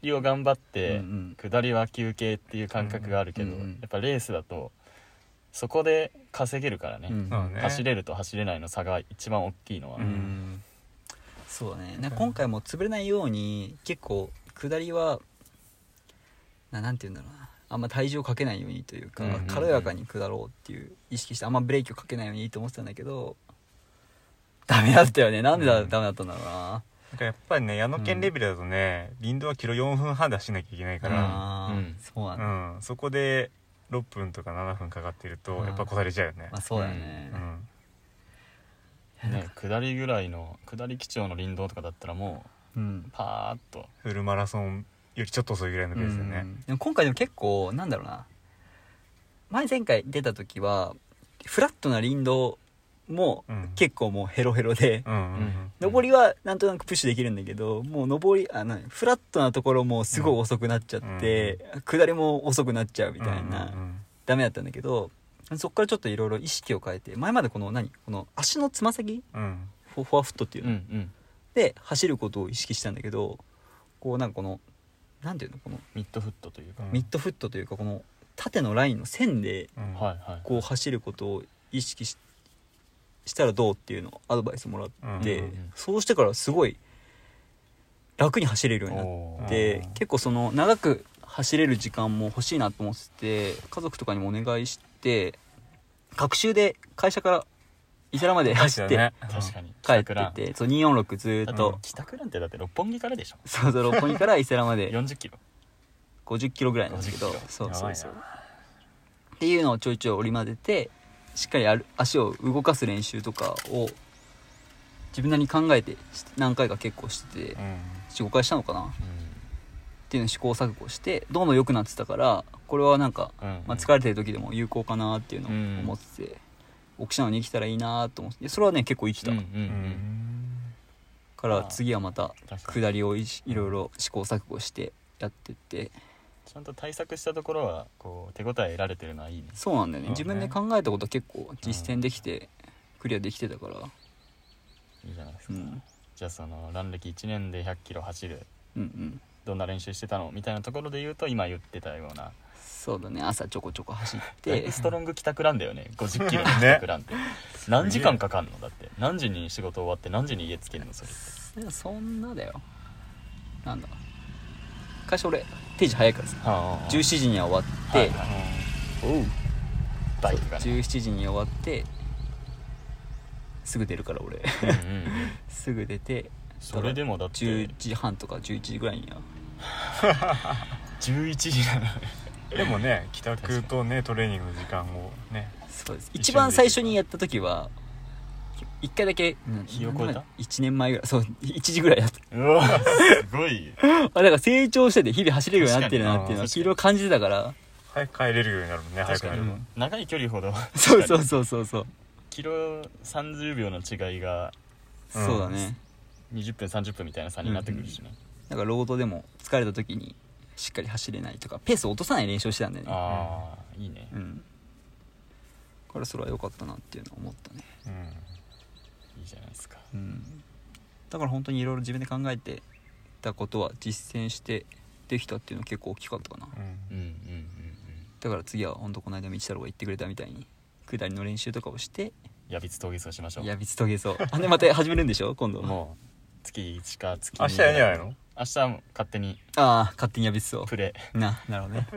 りを頑張って、 うん下りは休憩っていう感覚があるけど、 うんうんやっぱレースだとそこで稼げるからね、 うんそうね走れると走れないの差が一番大きいのは、 うんうんそうだね。なんか今回も潰れないように結構下りはななんて言うんだろうな、あんま体重をかけないようにというか、 うんうんうん軽やかに下ろうっていう意識してあんまブレーキをかけないようにいいと思ってたんだけどダメだったよね。なんでだ、 うんダメだったんだろうな。 なんかやっぱりね矢野県レベルだとね、林道はキロよんふんはんで走んなきゃいけないから、 あーうんそうなんだ、 うん、そこでろっぷんとかななふんかかってるとうんやっぱ越されちゃうよねまあそうだよね、 うんね、下りぐらいの下り基調の林道とかだったらもうんうパーッとフルマラソンよりちょっと遅いぐらいのペースでね、 うんでも今回でも結構なんだろうな、前前回出た時はフラットな林道もうん結構もうヘロヘロで、 うんうんうん、 上りはなんとなくプッシュできるんだけど、もう上りあのフラットなところもすごい遅くなっちゃって、下りも遅くなっちゃうみたいな、 うんうんダメだったんだけど、そっからちょっといろいろ意識を変えて、前までこの何この足のつま先うんフォフォアフットっていううんうの、 んで走ることを意識したんだけど、こうなんかこのなんていうのこのミッドフットというか、 うんミッドフットというかこの縦のラインの線でうんはいはいこう走ることを意識ししたらどうっていうのをアドバイスもらって、 うんうんうんそうしてからすごい楽に走れるようになっおーて、 うん結構その長く走れる時間も欲しいなと思ってて、家族とかにもお願いして隔週で会社から伊勢原まで走ってね確かに帰っ帰らんてて、そうにーよんろくずーっと、 うん帰宅なんてだって六本木からでしょそうそう六本木から伊勢原までよんじゅっキロごじゅっキロぐらいなんですけど、 ごじゅっキロそうそうそうやばいっていうのをちょいちょい織り交ぜて、しっかりある足を動かす練習とかを自分なりに考えて何回か結構してて、 うんよん、ごかいしたのかなっうていうのを試行錯誤してどんどん良くなってたから、これはなんか、 んうんまあ、疲れてる時でも有効かなっていうのを思ってて、沖縄に生きたらいいなと思って、それはね結構生きた、 うんうんううんんから次はまた確かに下りをいしいろいろ試行錯誤してやってって、 ちゃんと対策したところはこう手応え得られてるのはいいね。 そうなんだよね、 そうね自分で考えたこと結構実践できて、クリアできてたから、 いいじゃないですか、 うん、 じゃあそのラン歴いちねんでひゃっキロ走るうんうんどんな練習してたのみたいなところで言うと今言ってたようなそうだね、朝ちょこちょこ走っでてストロング帰宅ランだよねごじゅっキロの帰宅ランって、何時間かかんのだって何時に仕事終わって何時に家着けるのそれってでもそんなだよ、なんだ会社俺定時早いからさはあじゅうしちじには終わって、 はいはいおうバイクがねじゅうしちじに終わってすぐ出るから俺うんうんうんすぐ出て、 それでもだってじゅうじはんとかじゅういちじぐらいにはじゅういちじなのでもね帰宅とねトレーニングの時間をねそうです。 一緒に一番最初にやった時は一回だけ日を超えたいちねんまえぐらい、そういちじぐらいやったうわすごいあだから成長してて日々走れるようになってるなっていうのは確かにいろいろ感じてたから早く帰れるようになるもんね早く確かになるもん長い距離ほどそうそうそうそうそう、 キロさんじゅうびょうの違いがうんそうだね。 にじゅっぷんさんじゅっぷんみたいな差になってくるしね、 だからロードでも疲れた時にしっかり走れないとかペースを落とさない練習をしてたんだよね。 ああいいねうん。だからそれは良かったなっていうのを思ったね。 うんいいじゃないですかうん。だから本当にいろいろ自分で考えてたことは実践してできたっていうのは結構大きかったかな。 うんうんうんうんだから次は本当この間道太郎が言ってくれたみたいに下りの練習とかをしてやびつ峠走しましょうやびつとげそう。あでまた始めるんでしょ今度。 もう月いちか月に明日やんじゃないの明日はもう勝手にああ勝手にやびつそう。 プレななるほどね。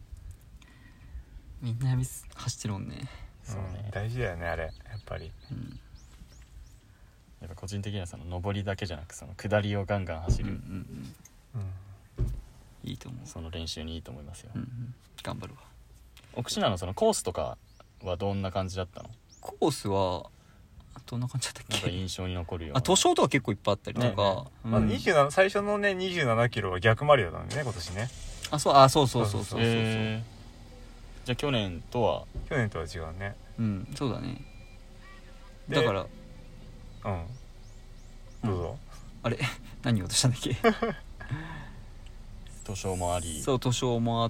みんなやびつ走ってるもんね。 そうねん大事だよねあれやっぱりうん。 やっぱ個人的にはその上りだけじゃなくその下りをガンガン走る、 うんうんうん。 うんいいと思う。 その練習にいいと思いますよ、 うんうん。頑張るわ。 奥品のそのコースとかはどんな感じだったの？ コースはどんな感じだったっけ？ なんか印象に残るようなあ、図書とか結構いっぱいあったりとか、 ねねうんまあ、にじゅうなな最初のねにじゅうななキロは逆マリオなんでね今年ねあ、そう、あ、そうそうそうそうそうそう、 えー、じゃあ去年とは去年とは違うねうん、そうだね。 でだからうんどうぞ、 あれ何言おうとしたんだっけ？ 図書もありそう、図書もあって、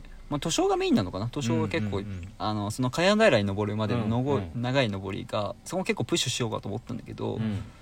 まあ図書がメインなのかな。図書が結構、 うんうんうんあのその茅平に登るまでののご、 うんうん長い登りがそこ結構プッシュしようかと思ったんだけど、 うん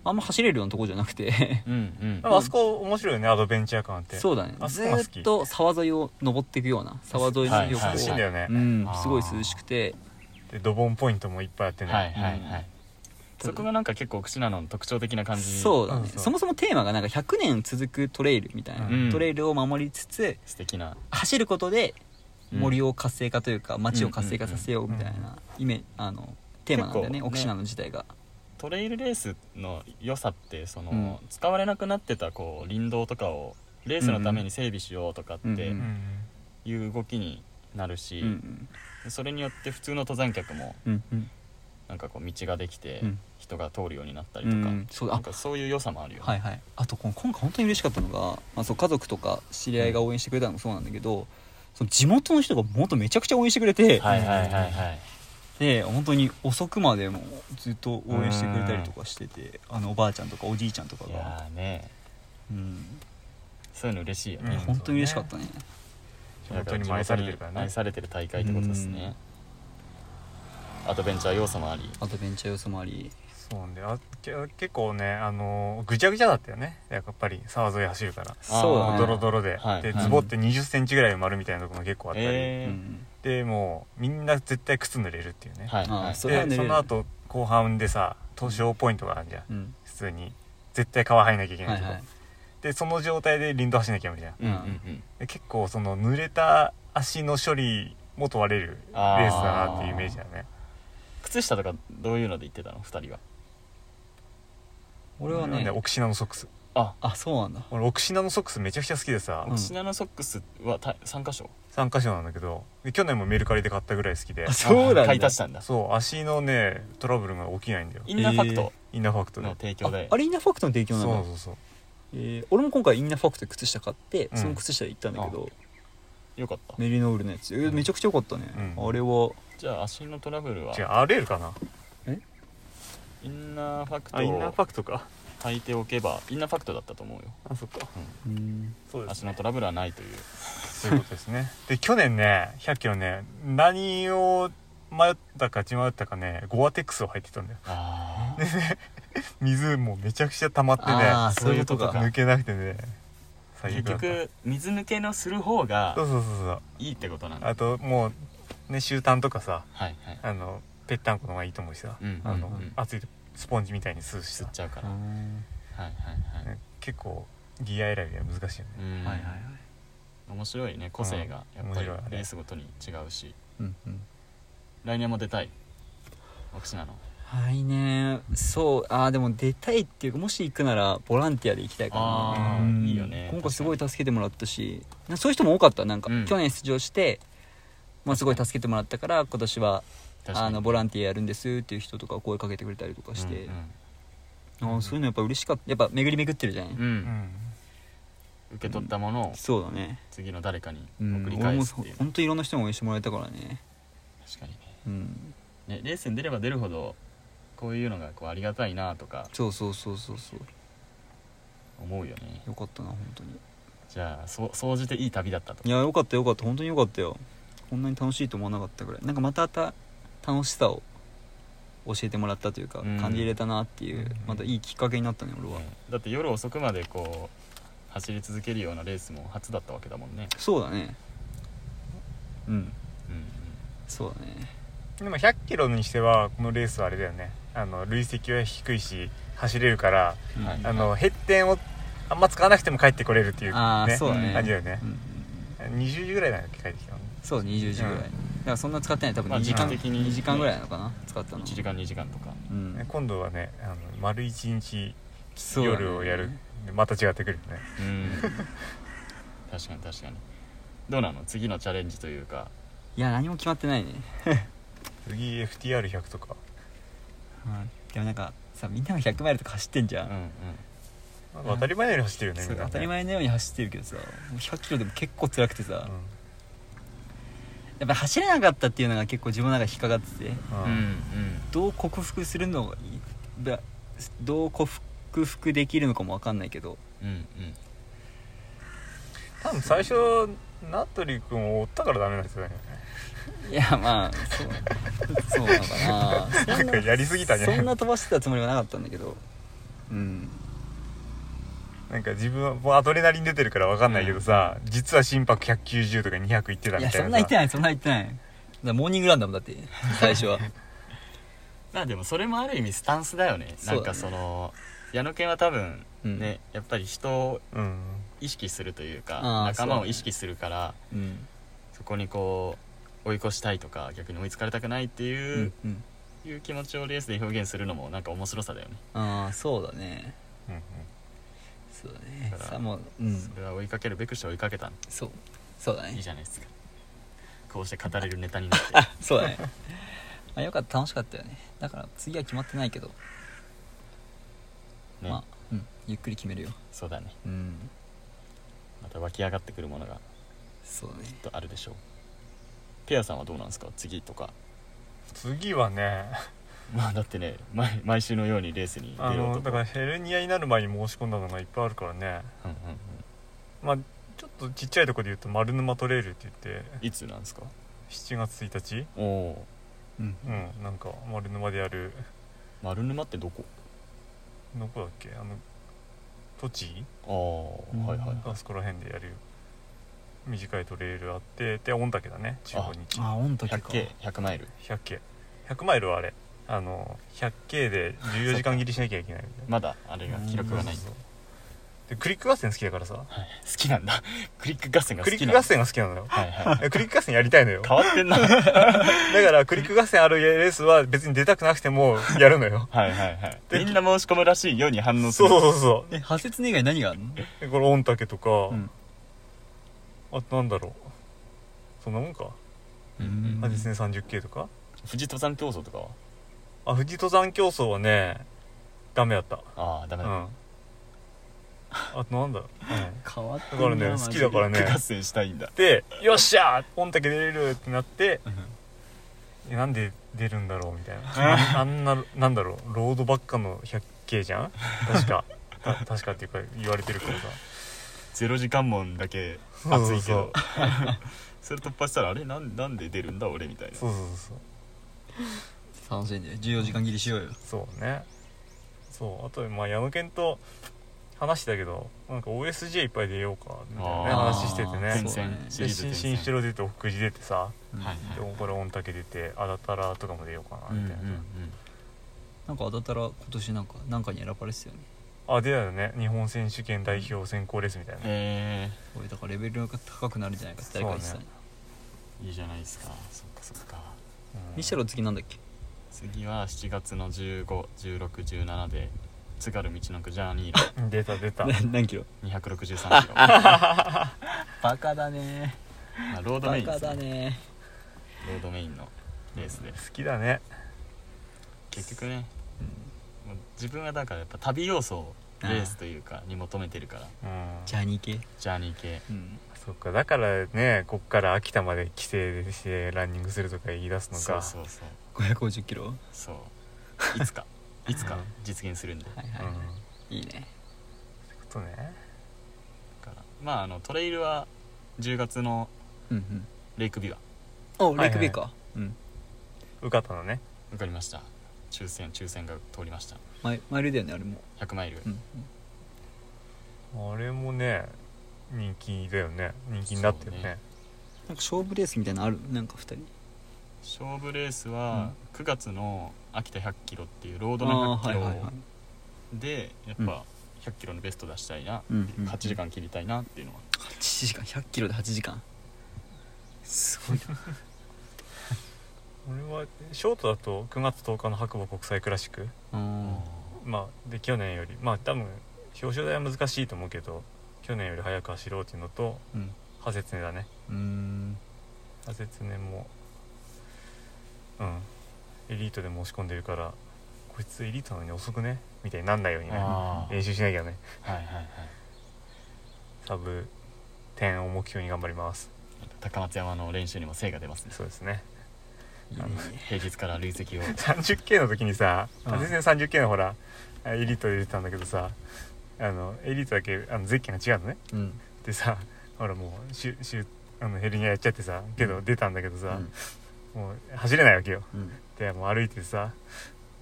あんま走れるようなとこじゃなくてうんうんあそこ面白いよね、アドベンチャー感あってそうだね、ずあそこが好きーっと沢沿いを登っていくような沢沿いのはい横を、 涼しいんだよね、 うんあーすごい涼しくて、 でドボンポイントもいっぱいあってね、 はいはいはい、 うんそこがなんか結構串なの特徴的な感じ。 そうだね、 うんそうそもそもテーマがなんかひゃくねん続くトレイルみたいな、 うんトレイルを守りつつ素敵な走ることでうん森を活性化というか街を活性化させようみたいなイメあのテーマなんだよね、 結構ね奥信濃自体が。 トレイルレースの良さってその、 うん使われなくなってたこう林道とかをレースのために整備しようとかってうんうんうんいう動きになるし、 うんそれによって普通の登山客もうんうんなんかこう道ができてうん人が通るようになったりうとか、 んそうだなんかそういう良さもあるよね。 はいはい、あとこの今回本当に嬉しかったのが、まあ、そう家族とか知り合いが応援してくれたのもそうなんだけど、その地元の人がもっとめちゃくちゃ応援してくれて、 はいはいはいはいで本当に遅くまでもずっと応援してくれたりとかしてて、あのおばあちゃんとかおじいちゃんとかいが、 やーねうん、 そういうの嬉しいようんね、 本当に嬉しかったね。 地元にも愛されてるからね愛されてる大会ってことですね。アドベンチャー要素もあり、 アドベンチャー要素もあり、 そうなんだよ、あけ結構ねあのぐちゃぐちゃだったよね、やっぱり沢沿い走るからそうだねドロドロで、 はいはいでズボってにじゅっセンチぐらい埋まるみたいなところも結構あったり、 えーうんでもうみんな絶対靴濡れるっていうね、 はいはいあそれはねでその後後半でさ塗装ポイントがあるじゃん、 うん普通に絶対川入んなきゃいけなとこ、 はいいはいでその状態で林道走んなきゃ無理じゃん、 うんうんうんで結構その濡れた足の処理も問われるレースだなっていうイメージだね。 靴下とかどういうので行ってたのふたりは。 俺はねオクシナのソックス、 ああそうなんだ、 俺オクシナのソックスめちゃくちゃ好きでさ、 うんオクシナのソックスはたさん箇所さん箇所なんだけど、で去年もメルカリで買ったぐらい好きで、 あそうなんだ買い足したんだ。 そう足のねトラブルが起きないんだよ、 インナーファクトインナーファクトでの提供でああれインナーファクトの提供そうなんだ。 そうそうえー俺も今回インナーファクトで靴下買って、 うんその靴下で行ったんだけど、 よかった。 メリノールのやつ、えーめちゃくちゃ良かったね、 うんあれはじゃあ足のトラブルは違う アールエル かな、 インナーファクトあインナーをファクトか、 履いておけばインナーファクトだったと思うよ。 あそっか、 うんそうですね、 足のトラブルはないという。 そういうことですね。で去年ねひゃっキロね何を迷ったか血迷ったかねゴアテックスを履いてたんだよ。 あでね水もうめちゃくちゃ溜まってねあーそういうことか抜けなくてね最結悪だった。 局水抜けのする方がそうそうそうそういいってことなんだ。 あともうね終端とかさはいはい。 あのぺったんこの方がいいと思うしさ、 うんあの、 うん熱いとスポンジみたいに吸うしさ吸っ、ちゃうから。 うはいんはいはい。 ね結構ギア選びは難しいよね。 うんはいはいはい面白いね、個性がやっぱりうん面白いねレースごとに違うし、 うんうん来年も出たいオクシナの。 来年そうあーでも出たいっていうかもし行くならボランティアで行きたいかな。 あーうんいいよね今回すごい助けてもらったしそういう人も多かったなんか、 うん去年出場して、まあ、すごい助けてもらったから今年は確かにあのボランティアやるんですっていう人とか声かけてくれたりとかして、 うんあーそういうのやっぱ嬉しかった。やっぱ巡り巡ってるじゃん、 うんううんん受け取ったものをそうだね、 次の誰かにうん、 送り俺も返すっていう、 本当いろんな人に応援してもらえたからね、 確かにねうん、 ねレースに出れば出るほどこういうのがこうありがたいなとかそうそうそうそうそう思うよね。 よかったな本当に。 じゃあそ総じていい旅だったと。 いやよかったよかった本当によかったよ。こんなに楽しいと思わなかったぐらいなんかまたた楽しさを教えてもらったというか、 うん感じ入れたなっていう、 うんまたいいきっかけになったね俺は、 ねだって夜遅くまでこう走り続けるようなレースも初だったわけだもんね。 そうだねうんうんそうだねでもひゃっキロにしてはこのレースはあれだよね、あの累積は低いし走れるから、 うんはいあのヘッテンをあんま使わなくても帰ってこれるっていう、ね、 あーそうだね感じだよねう、んにじゅうじぐらいだっけ帰ってきたのね。 そうにじゅうじぐらい、 うんだからそんな使ってない多分まあにじかん、 時期的ににじかんぐらいなのかな使ったのいちじかんにじかんとか。 うんね今度はねあの丸一日そうだね夜をやる、また違ってくるよね。 うん確かに確かに。どうなの次のチャレンジというか。 いや何も決まってないね次 エフティーアールひゃく とか、 うんでもなんかさみんながひゃくマイルとか走ってんじゃん、 うんうん当たり前のように走ってるよねみんなね。 そう当たり前のように走ってるけどさもうひゃっキロでも結構辛くてさ、 うんやっぱり走れなかったっていうのが結構自分の中で引っかかっててうんうんうんどう克服するのがいいだどう克服できるのかも分かんないけどうんうん多分最初名取君を追ったからダメなんですよね。 いやまあそうそうなのかななんかやりすぎたね。 そんな飛ばしてたつもりはなかったんだけどうんなんか自分はもうアドレナリン出てるから分かんないけどさ、うん、実は心拍ひゃくきゅうじゅうとかにひゃくいってたみたいな。いやそんな言ってないそんな言ってない。だからモーニングランだもんだって最初はまあでもそれもある意味スタンスだよね。なんかその矢野犬は多分ね、うん、やっぱり人を意識するというか、うん、仲間を意識するから、ねうん、そこにこう追い越したいとか逆に追いつかれたくないっていう、うんうん、いう気持ちをレースで表現するのもなんか面白さだよね。 ああそうだね、うんうん、そうだね。 だからもう、うん、それは追いかけるべくして追いかけた。 そうそうだね。 いいじゃないですか。こうして語れるネタになってそうだねあよかった、楽しかったよね。だから次は決まってないけど、ね、まあ、うん、ゆっくり決めるよ。 そうだね、うん、また湧き上がってくるものがそうねきっとあるでしょう。ペアさんはどうなんですか、次とか。 次はねまあだってね 毎, 毎週のようにレースに出ようと。あのだからヘルニアになる前に申し込んだのがいっぱいあるからね、うんうんうん、まあちょっとちっちゃいところで言うと丸沼トレイルって言って。 いつなんですか。 しちがつついたち。 おお、 うん、うん、なんか丸沼でやる。 丸沼ってどこどこだっけ、あの栃木。 ああ、はいはい、 あそこら辺でやる短いトレイルあって、で御嶽だね、じゅうごにち。 ああ御嶽か。 ひゃくケー ひゃくマイルひゃくケー ひゃくマイルはあれあの ひゃくケー でじゅうよじかん切りしなきゃいけないみたいな。 まだあれが記録がない。 そうそうでクリック合戦好きだからさ、はい、 好きなんだ。クリック合戦が好きなの。 クリック合戦が好きなのよ、はいはい、クリック合戦やりたいのよ。 変わってんなだからクリック合戦あるレースは別に出たくなくてもやるのよはいはいはい。みんな申し込むらしいように反応する。 そうそうそうそう。 え派切以外何があるの。 これ御嶽とか、うん、あとなんだろう、そんなもんか。派切ね さんじゅっケー とか。 富士登山競争とかは。 あ、富士登山競争はねダメだった。 ああダメだった、うん、 あとなんだろう、うん、 変わってだからね好きだからね合戦したいんだ。 でよっしゃー御嶽出れるってなってなんで出るんだろうみたいなあんななんだろうロードばっかの ひゃくケー じゃん確か確かっていうか言われてるからさゼロ時間門だけ熱いけどそれ突破したらあれなんなんで出るんだ俺みたいな。 そうそうそう楽しいね。じゅうよじかん切りしようよ。 そうね。そうあとまあ矢野犬と話してたけどなんか オーエスジェー いっぱい出ようかみたいな、ね、話しててね。 転戦シリーズ転戦新城出て奥久慈出てさ、 うん、はいはい、 でこれ御嶽出てあだたらとかも出ようかなみたいな、うんうんうん、 なんかあだたら今年なんか何かに選ばれてたよね。 あ出たよね、日本選手権代表選考レースみたいな。へえこれだからレベルが高くなるんじゃないかって誰か言ってたね。 いいじゃないですか。そっかそっか、 うん、ミシェロ次なんだっけ。 次はしちがつのじゅうご、じゅうろく、じゅうななで津軽道のくジャーニーラ出た出た何キロ。 にひゃくろくじゅうさんキロバカだね、 まあ、ロードメインです、ね、 バカだね。 ロードメインのレースで、 うん、好きだね結局ね、うん、もう自分はだからやっぱ旅要素をレースというかに求めてるから、 うん、ジャーニー系ジャーニー系、 うん、そっかだからねこっから秋田まで帰省してランニングするとか言い出すのか。 そうそうそうごひゃくごじゅっキロ。 そういつかいつか実現するんで、 はいはい、はいうん、いいね。 そういうことね。 だからまああのトレイルはじゅうがつのレイクビワ、 うんうん、あレイクビワか、はいはい、うん受かったのね。 受かりました。抽選抽選が通りました。 マイ、マイルだよねあれも。 ひゃくマイル、 うんうん、あれもね人気だよね。人気になってる ね, ねなんか勝負レースみたいなのある。なんかふたり勝負レースはくがつの秋田ひゃっキロっていうロードのひゃっキロ、はいはいはい、でやっぱひゃっキロのベスト出したいな、うんうん、はちじかん切りたいなっていうのは。 はちじかんひゃっキロではちじかんすごいな俺はショートだとくがつとおかの白馬国際クラシック、まあで去年よりまあ多分表彰台は難しいと思うけど去年より速く走ろうっていうのと、うん、ハセツネだね。うーんハセツネもうんエリートで申し込んでるからこいつエリートなのに遅くねみたいになんないようにね練習しなきゃね。 はいはいはい。 サブじゅうを目標に頑張ります。 高松山の練習にも精が出ますね。 そうですね。 あの平日から累積をさんじゅっケー の時にさ全然 さんじゅっケー のほらエリートで出てたんだけどさあのエリートだけあのゼッケンが違うのね、うん、でさほらもうシュシュあのヘルニアやっちゃってさけど出たんだけどさ、うん、もう走れないわけよ、うん、でもう歩いてさ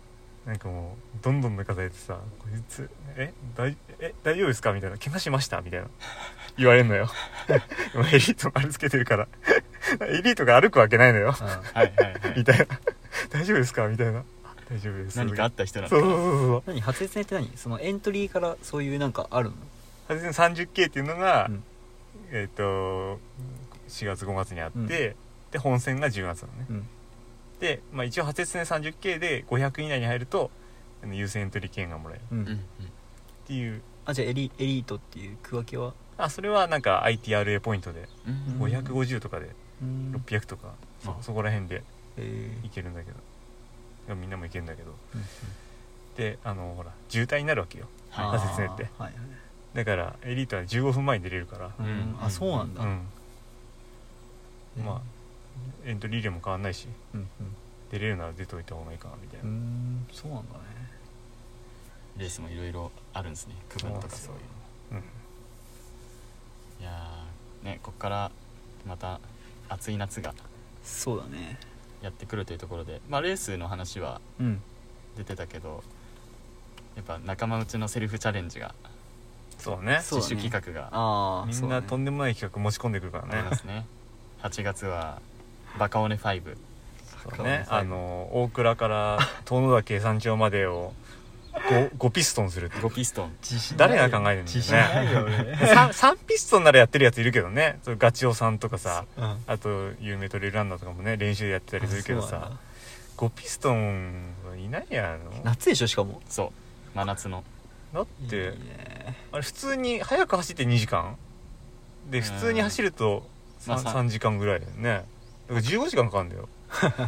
なんかもうどんどん抜かされてさ、こいつえ大え大丈夫ですかみたいな、怪我しましたみたいな言われるのよでもエリート丸つけてるからエリートが歩くわけないのよはいはいはいみたいな大丈夫ですかみたいな、大丈夫です、 何かあった人なのかそうそうそうそう、 何発熱って何そのエントリーからそういうなんかあるの？ 初めの さんじゅっケー っていうのが、 うん、 えっ、ー、としがつごがつにあって、うん、で本戦がじゅうがつなのね、うん、で、まあ、一応初熱ね さんじゅっケー でごひゃく以内に入ると優先エントリー券がもらえる、うん、っていう。 あ、じゃあエリ、エリートっていう区分けは？ あ、それはなんか アイティーアールエー ポイントでごひゃくごじゅうとかでろっぴゃくとか、うん、そ, そこら辺でいけるんだけど、みんなもいけるんだけど、うんうん、であのほら渋滞になるわけよ、初熱ねって、はいはい、だからエリートはじゅうごふんまえに出れるから、 うんうん、あ、そうなんだ、うん、 まあエントリー例も変わんないし、うんうん、出れるなら出といた方がいいかなみたいな。 うーん、そうなんだね。 レースもいろいろあるんですね、区分とかそういうの、うん、いやーね、こっからまた暑い夏がそうだねやってくるというところで、まあレースの話は出てたけど、うん、やっぱ仲間内のセルフチャレンジが、 そうね、 自主企画が、 あ、みんなとんでもない企画持ち込んでくるからね。 そうですね。はちがつはバカオネファイブ、 そうね、あの大倉から遠野田計算町までを 5, ごピストンするって。 ごピストン誰が考えてるんだよね。自信ないよね 3, さんピストンならやってるやついるけどね、ガチオさんとかさ、うん、あと有名トレイルランナーとかもね練習でやってたりするけどさ、ごピストンはいないやろ。 夏でしょ、しかも。 そう、真夏の。 だっていい、ね、あれ普通に速く走ってにじかんで、普通に走ると 3,、まあ、さんじかんぐらいだよね。だからじゅうごじかんかかるんだよ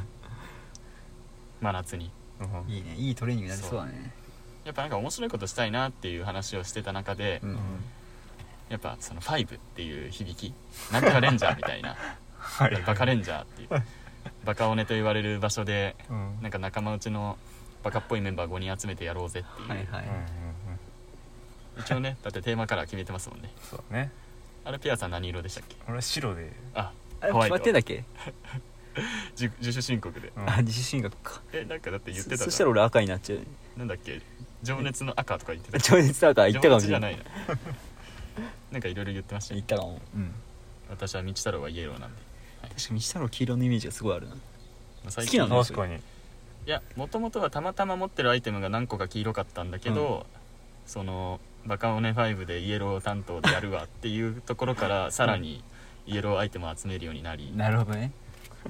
真夏に、 うん、いいね、いいトレーニングになりそうだね。 やっぱなんか面白いことしたいなっていう話をしてた中で、うんうん、やっぱそのファイブっていう響き、なんとかレンジャーみたいなはい、バカレンジャーっていうバカオネと言われる場所で、うん、なんか仲間内のバカっぽいメンバーごにん集めてやろうぜっていう、はいはい、一応ね、だってテーマカラー決めてますもんね。 そうね。 あれピアさん何色でしたっけ？ 俺は白で。 あ、ホワイト。決まってんだっけ自, 自主申告で、 うん、あ、自主申告か。 え、なんかだって言ってた。 そ, そしたら俺赤になっちゃう。 なんだっけ、情熱の赤とか言ってた。 情熱の赤言ったかもしれない。 情熱じゃないななんかいろいろ言ってました、 ね、言ったかも、うん、 私は道太郎はイエローなんで、 はい、確かに道太郎黄色のイメージがすごいあるな。 最近好きなの？ 確かに。いや、もともとはたまたま持ってるアイテムが何個か黄色かったんだけど、うん、そのバカオネファイブでイエロー担当でやるわっていうところからさらにイエローアイテムを集めるようになりなるほどね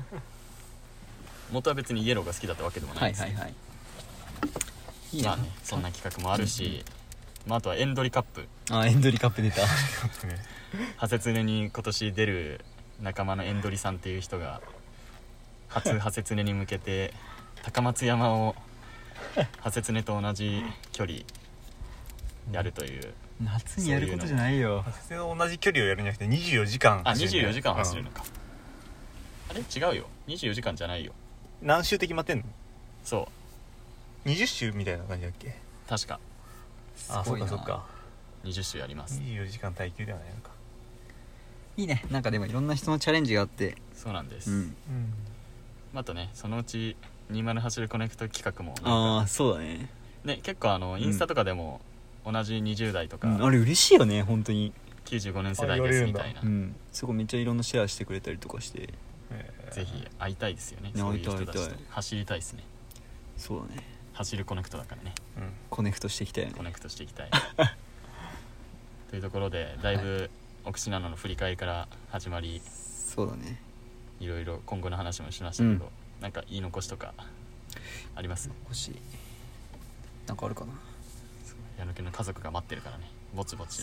元は別にイエローが好きだったわけでもないです、ね、はいはいはい、いいね、まあね、そんな企画もあるし、うん、まあ、あとはエンドリカップ。 あ、エンドリカップ出たハセツネに今年出る仲間のエンドリさんっていう人が初ハセツネに向けて高松山をハセツネと同じ距離やるという、 うん、夏にやることじゃないよ。 ハセツネと同じ距離をやるんじゃなくてにじゅうよじかん走る。あ、にじゅうよじかん走るのか、うん、あれ違うよ、にじゅうよじかんじゃないよ。 何周って決まってんの？ そうにじゅっ周みたいな感じだっけ、 確か。 あ、そうかそうか、 にじゅっ周やります。 にじゅうよじかん耐久ではないのか。 いいね、なんかでもいろんな人のチャレンジがあって。 そうなんです、うん、あとね、そのうちにじゅう走るコネクト企画もああ、そうだね。 ね、結構あのインスタとかでも同じにじゅう代とか、 うん、あれ嬉しいよね本当に。 きゅうじゅうごねん世代ですみたいな、 うん、そこめっちゃいろんなシェアしてくれたりとかして、 ぜひ会いたいですよね。そういう人たちと走りたいですね。 そうだね、 走るコネクトだからね、 うん、コネクトしていきたいよね。 コネクトしていきたいというところで、だいぶオクシナノの振り返りから始まり、 そうだね、 いろいろ今後の話もしましたけど、うん、なんか言い残しとかあります？ 残しなんかあるかな。 矢野家の家族が待ってるからね、ぼちぼち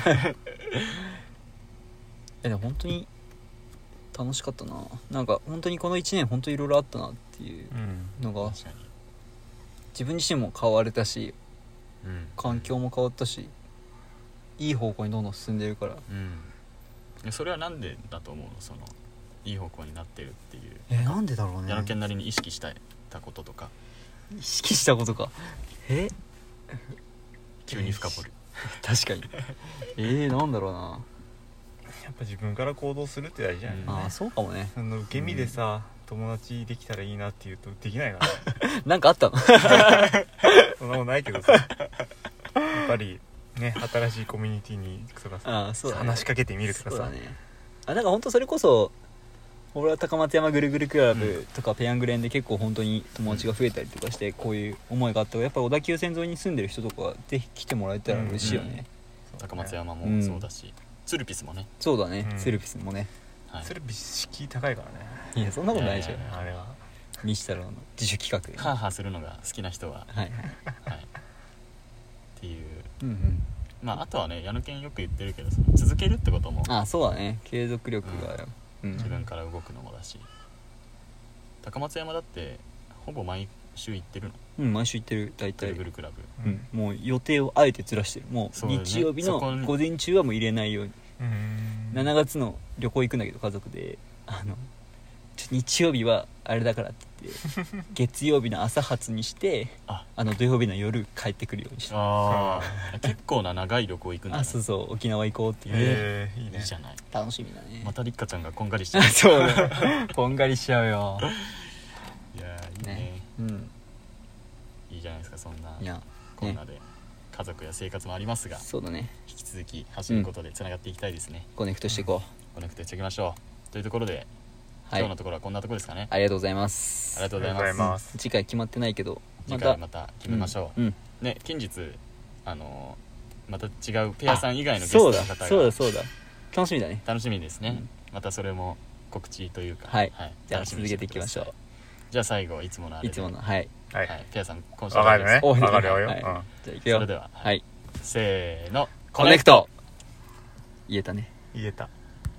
え、でも本当に楽しかったな。なんか本当にこのいちねん本当にいろいろあったなっていうのが、うん、自分自身も変われたし、うん、環境も変わったし、いい方向にどんどん進んでるから、 うん、それはなんでだと思うの？そのいい方向になってるっていう。 え、なんでだろうね。 矢野家なりに意識したこととか。 意識したことか。え急に深掘る、 えー、確かにえー、なんだろうな。 やっぱ自分から行動するって大事じゃない、うん、 ああ、そうかもね。 あの受け身でさ、うん、友達できたらいいなって言うとできないからなんかあったのもないけどさやっぱりね新しいコミュニティにとかさあそうだ、ね、 話しかけてみるとかさ、 そうだね、あなんか本当それこそ俺は高松山ぐるぐるクラブとかペヤングレンで結構本当に友達が増えたりとかしてこういう思いがあったらやっぱり小田急線沿いに住んでる人とかはぜひ来てもらえたら嬉しいよね、 うん、高松山もそうだし、うん、ツルピスもね、 そうだね、 うん、 ツルピスもね、 はい、 ツルピス敷居高いからね。 いやそんなことないでしょ、 あれは西太郎の自主企画で、ね、 ハーハーするのが好きな人ははいはい、 はい、っていう、 うんうん、 まああとはね矢野健よく言ってるけど続けるってこともあそうだね継続力が、 うんうん、自分から動くのもだし、高松山だってほぼ毎週行ってるの？ うん毎週行ってる大体ぐるぐるクラブ、 うん、もう予定をあえてずらしてるもう日曜日の午前中はもう入れないように、 うんしちがつの旅行行くんだけど家族であのちょ日曜日はあれだからって言って月曜日の朝発にしてああの土曜日の夜帰ってくるようにしてあ結構な長い旅行行くんだね。 あそうそう沖縄行こうっていう、 えー、いいねいいじゃない。 楽しみだね。 またりっかちゃんがこんがりしちゃうそうこんがりしちゃうよいやいいね、 ね、うん、 いいじゃないですか。そんないやコロナで家族や生活もありますが、 そうだね引き続き走ることでつながっていきたいですね、 うん、コネクトしていこう、コネクトしていきましょうというところで、はい、今日のところはこんなところですかね。 ありがとうございます。 ありがとうございます。 次回決まってないけど次回また決めましょう、 うんうん、 ね近日あのまた違うペアさん以外のゲストの方がそうだそうだそうだ楽しみだね。 楽しみですね、うん、またそれも告知というか、 はい、はい、じゃあ続けていきましょう。 じゃあ最後いつものあれでいつものはいはい、はい、ペアさん今週わかるねわかるよ、 はいはい、じゃあいくよ。 それでは、 はい、 せーのコネクト言えたね。 言えた。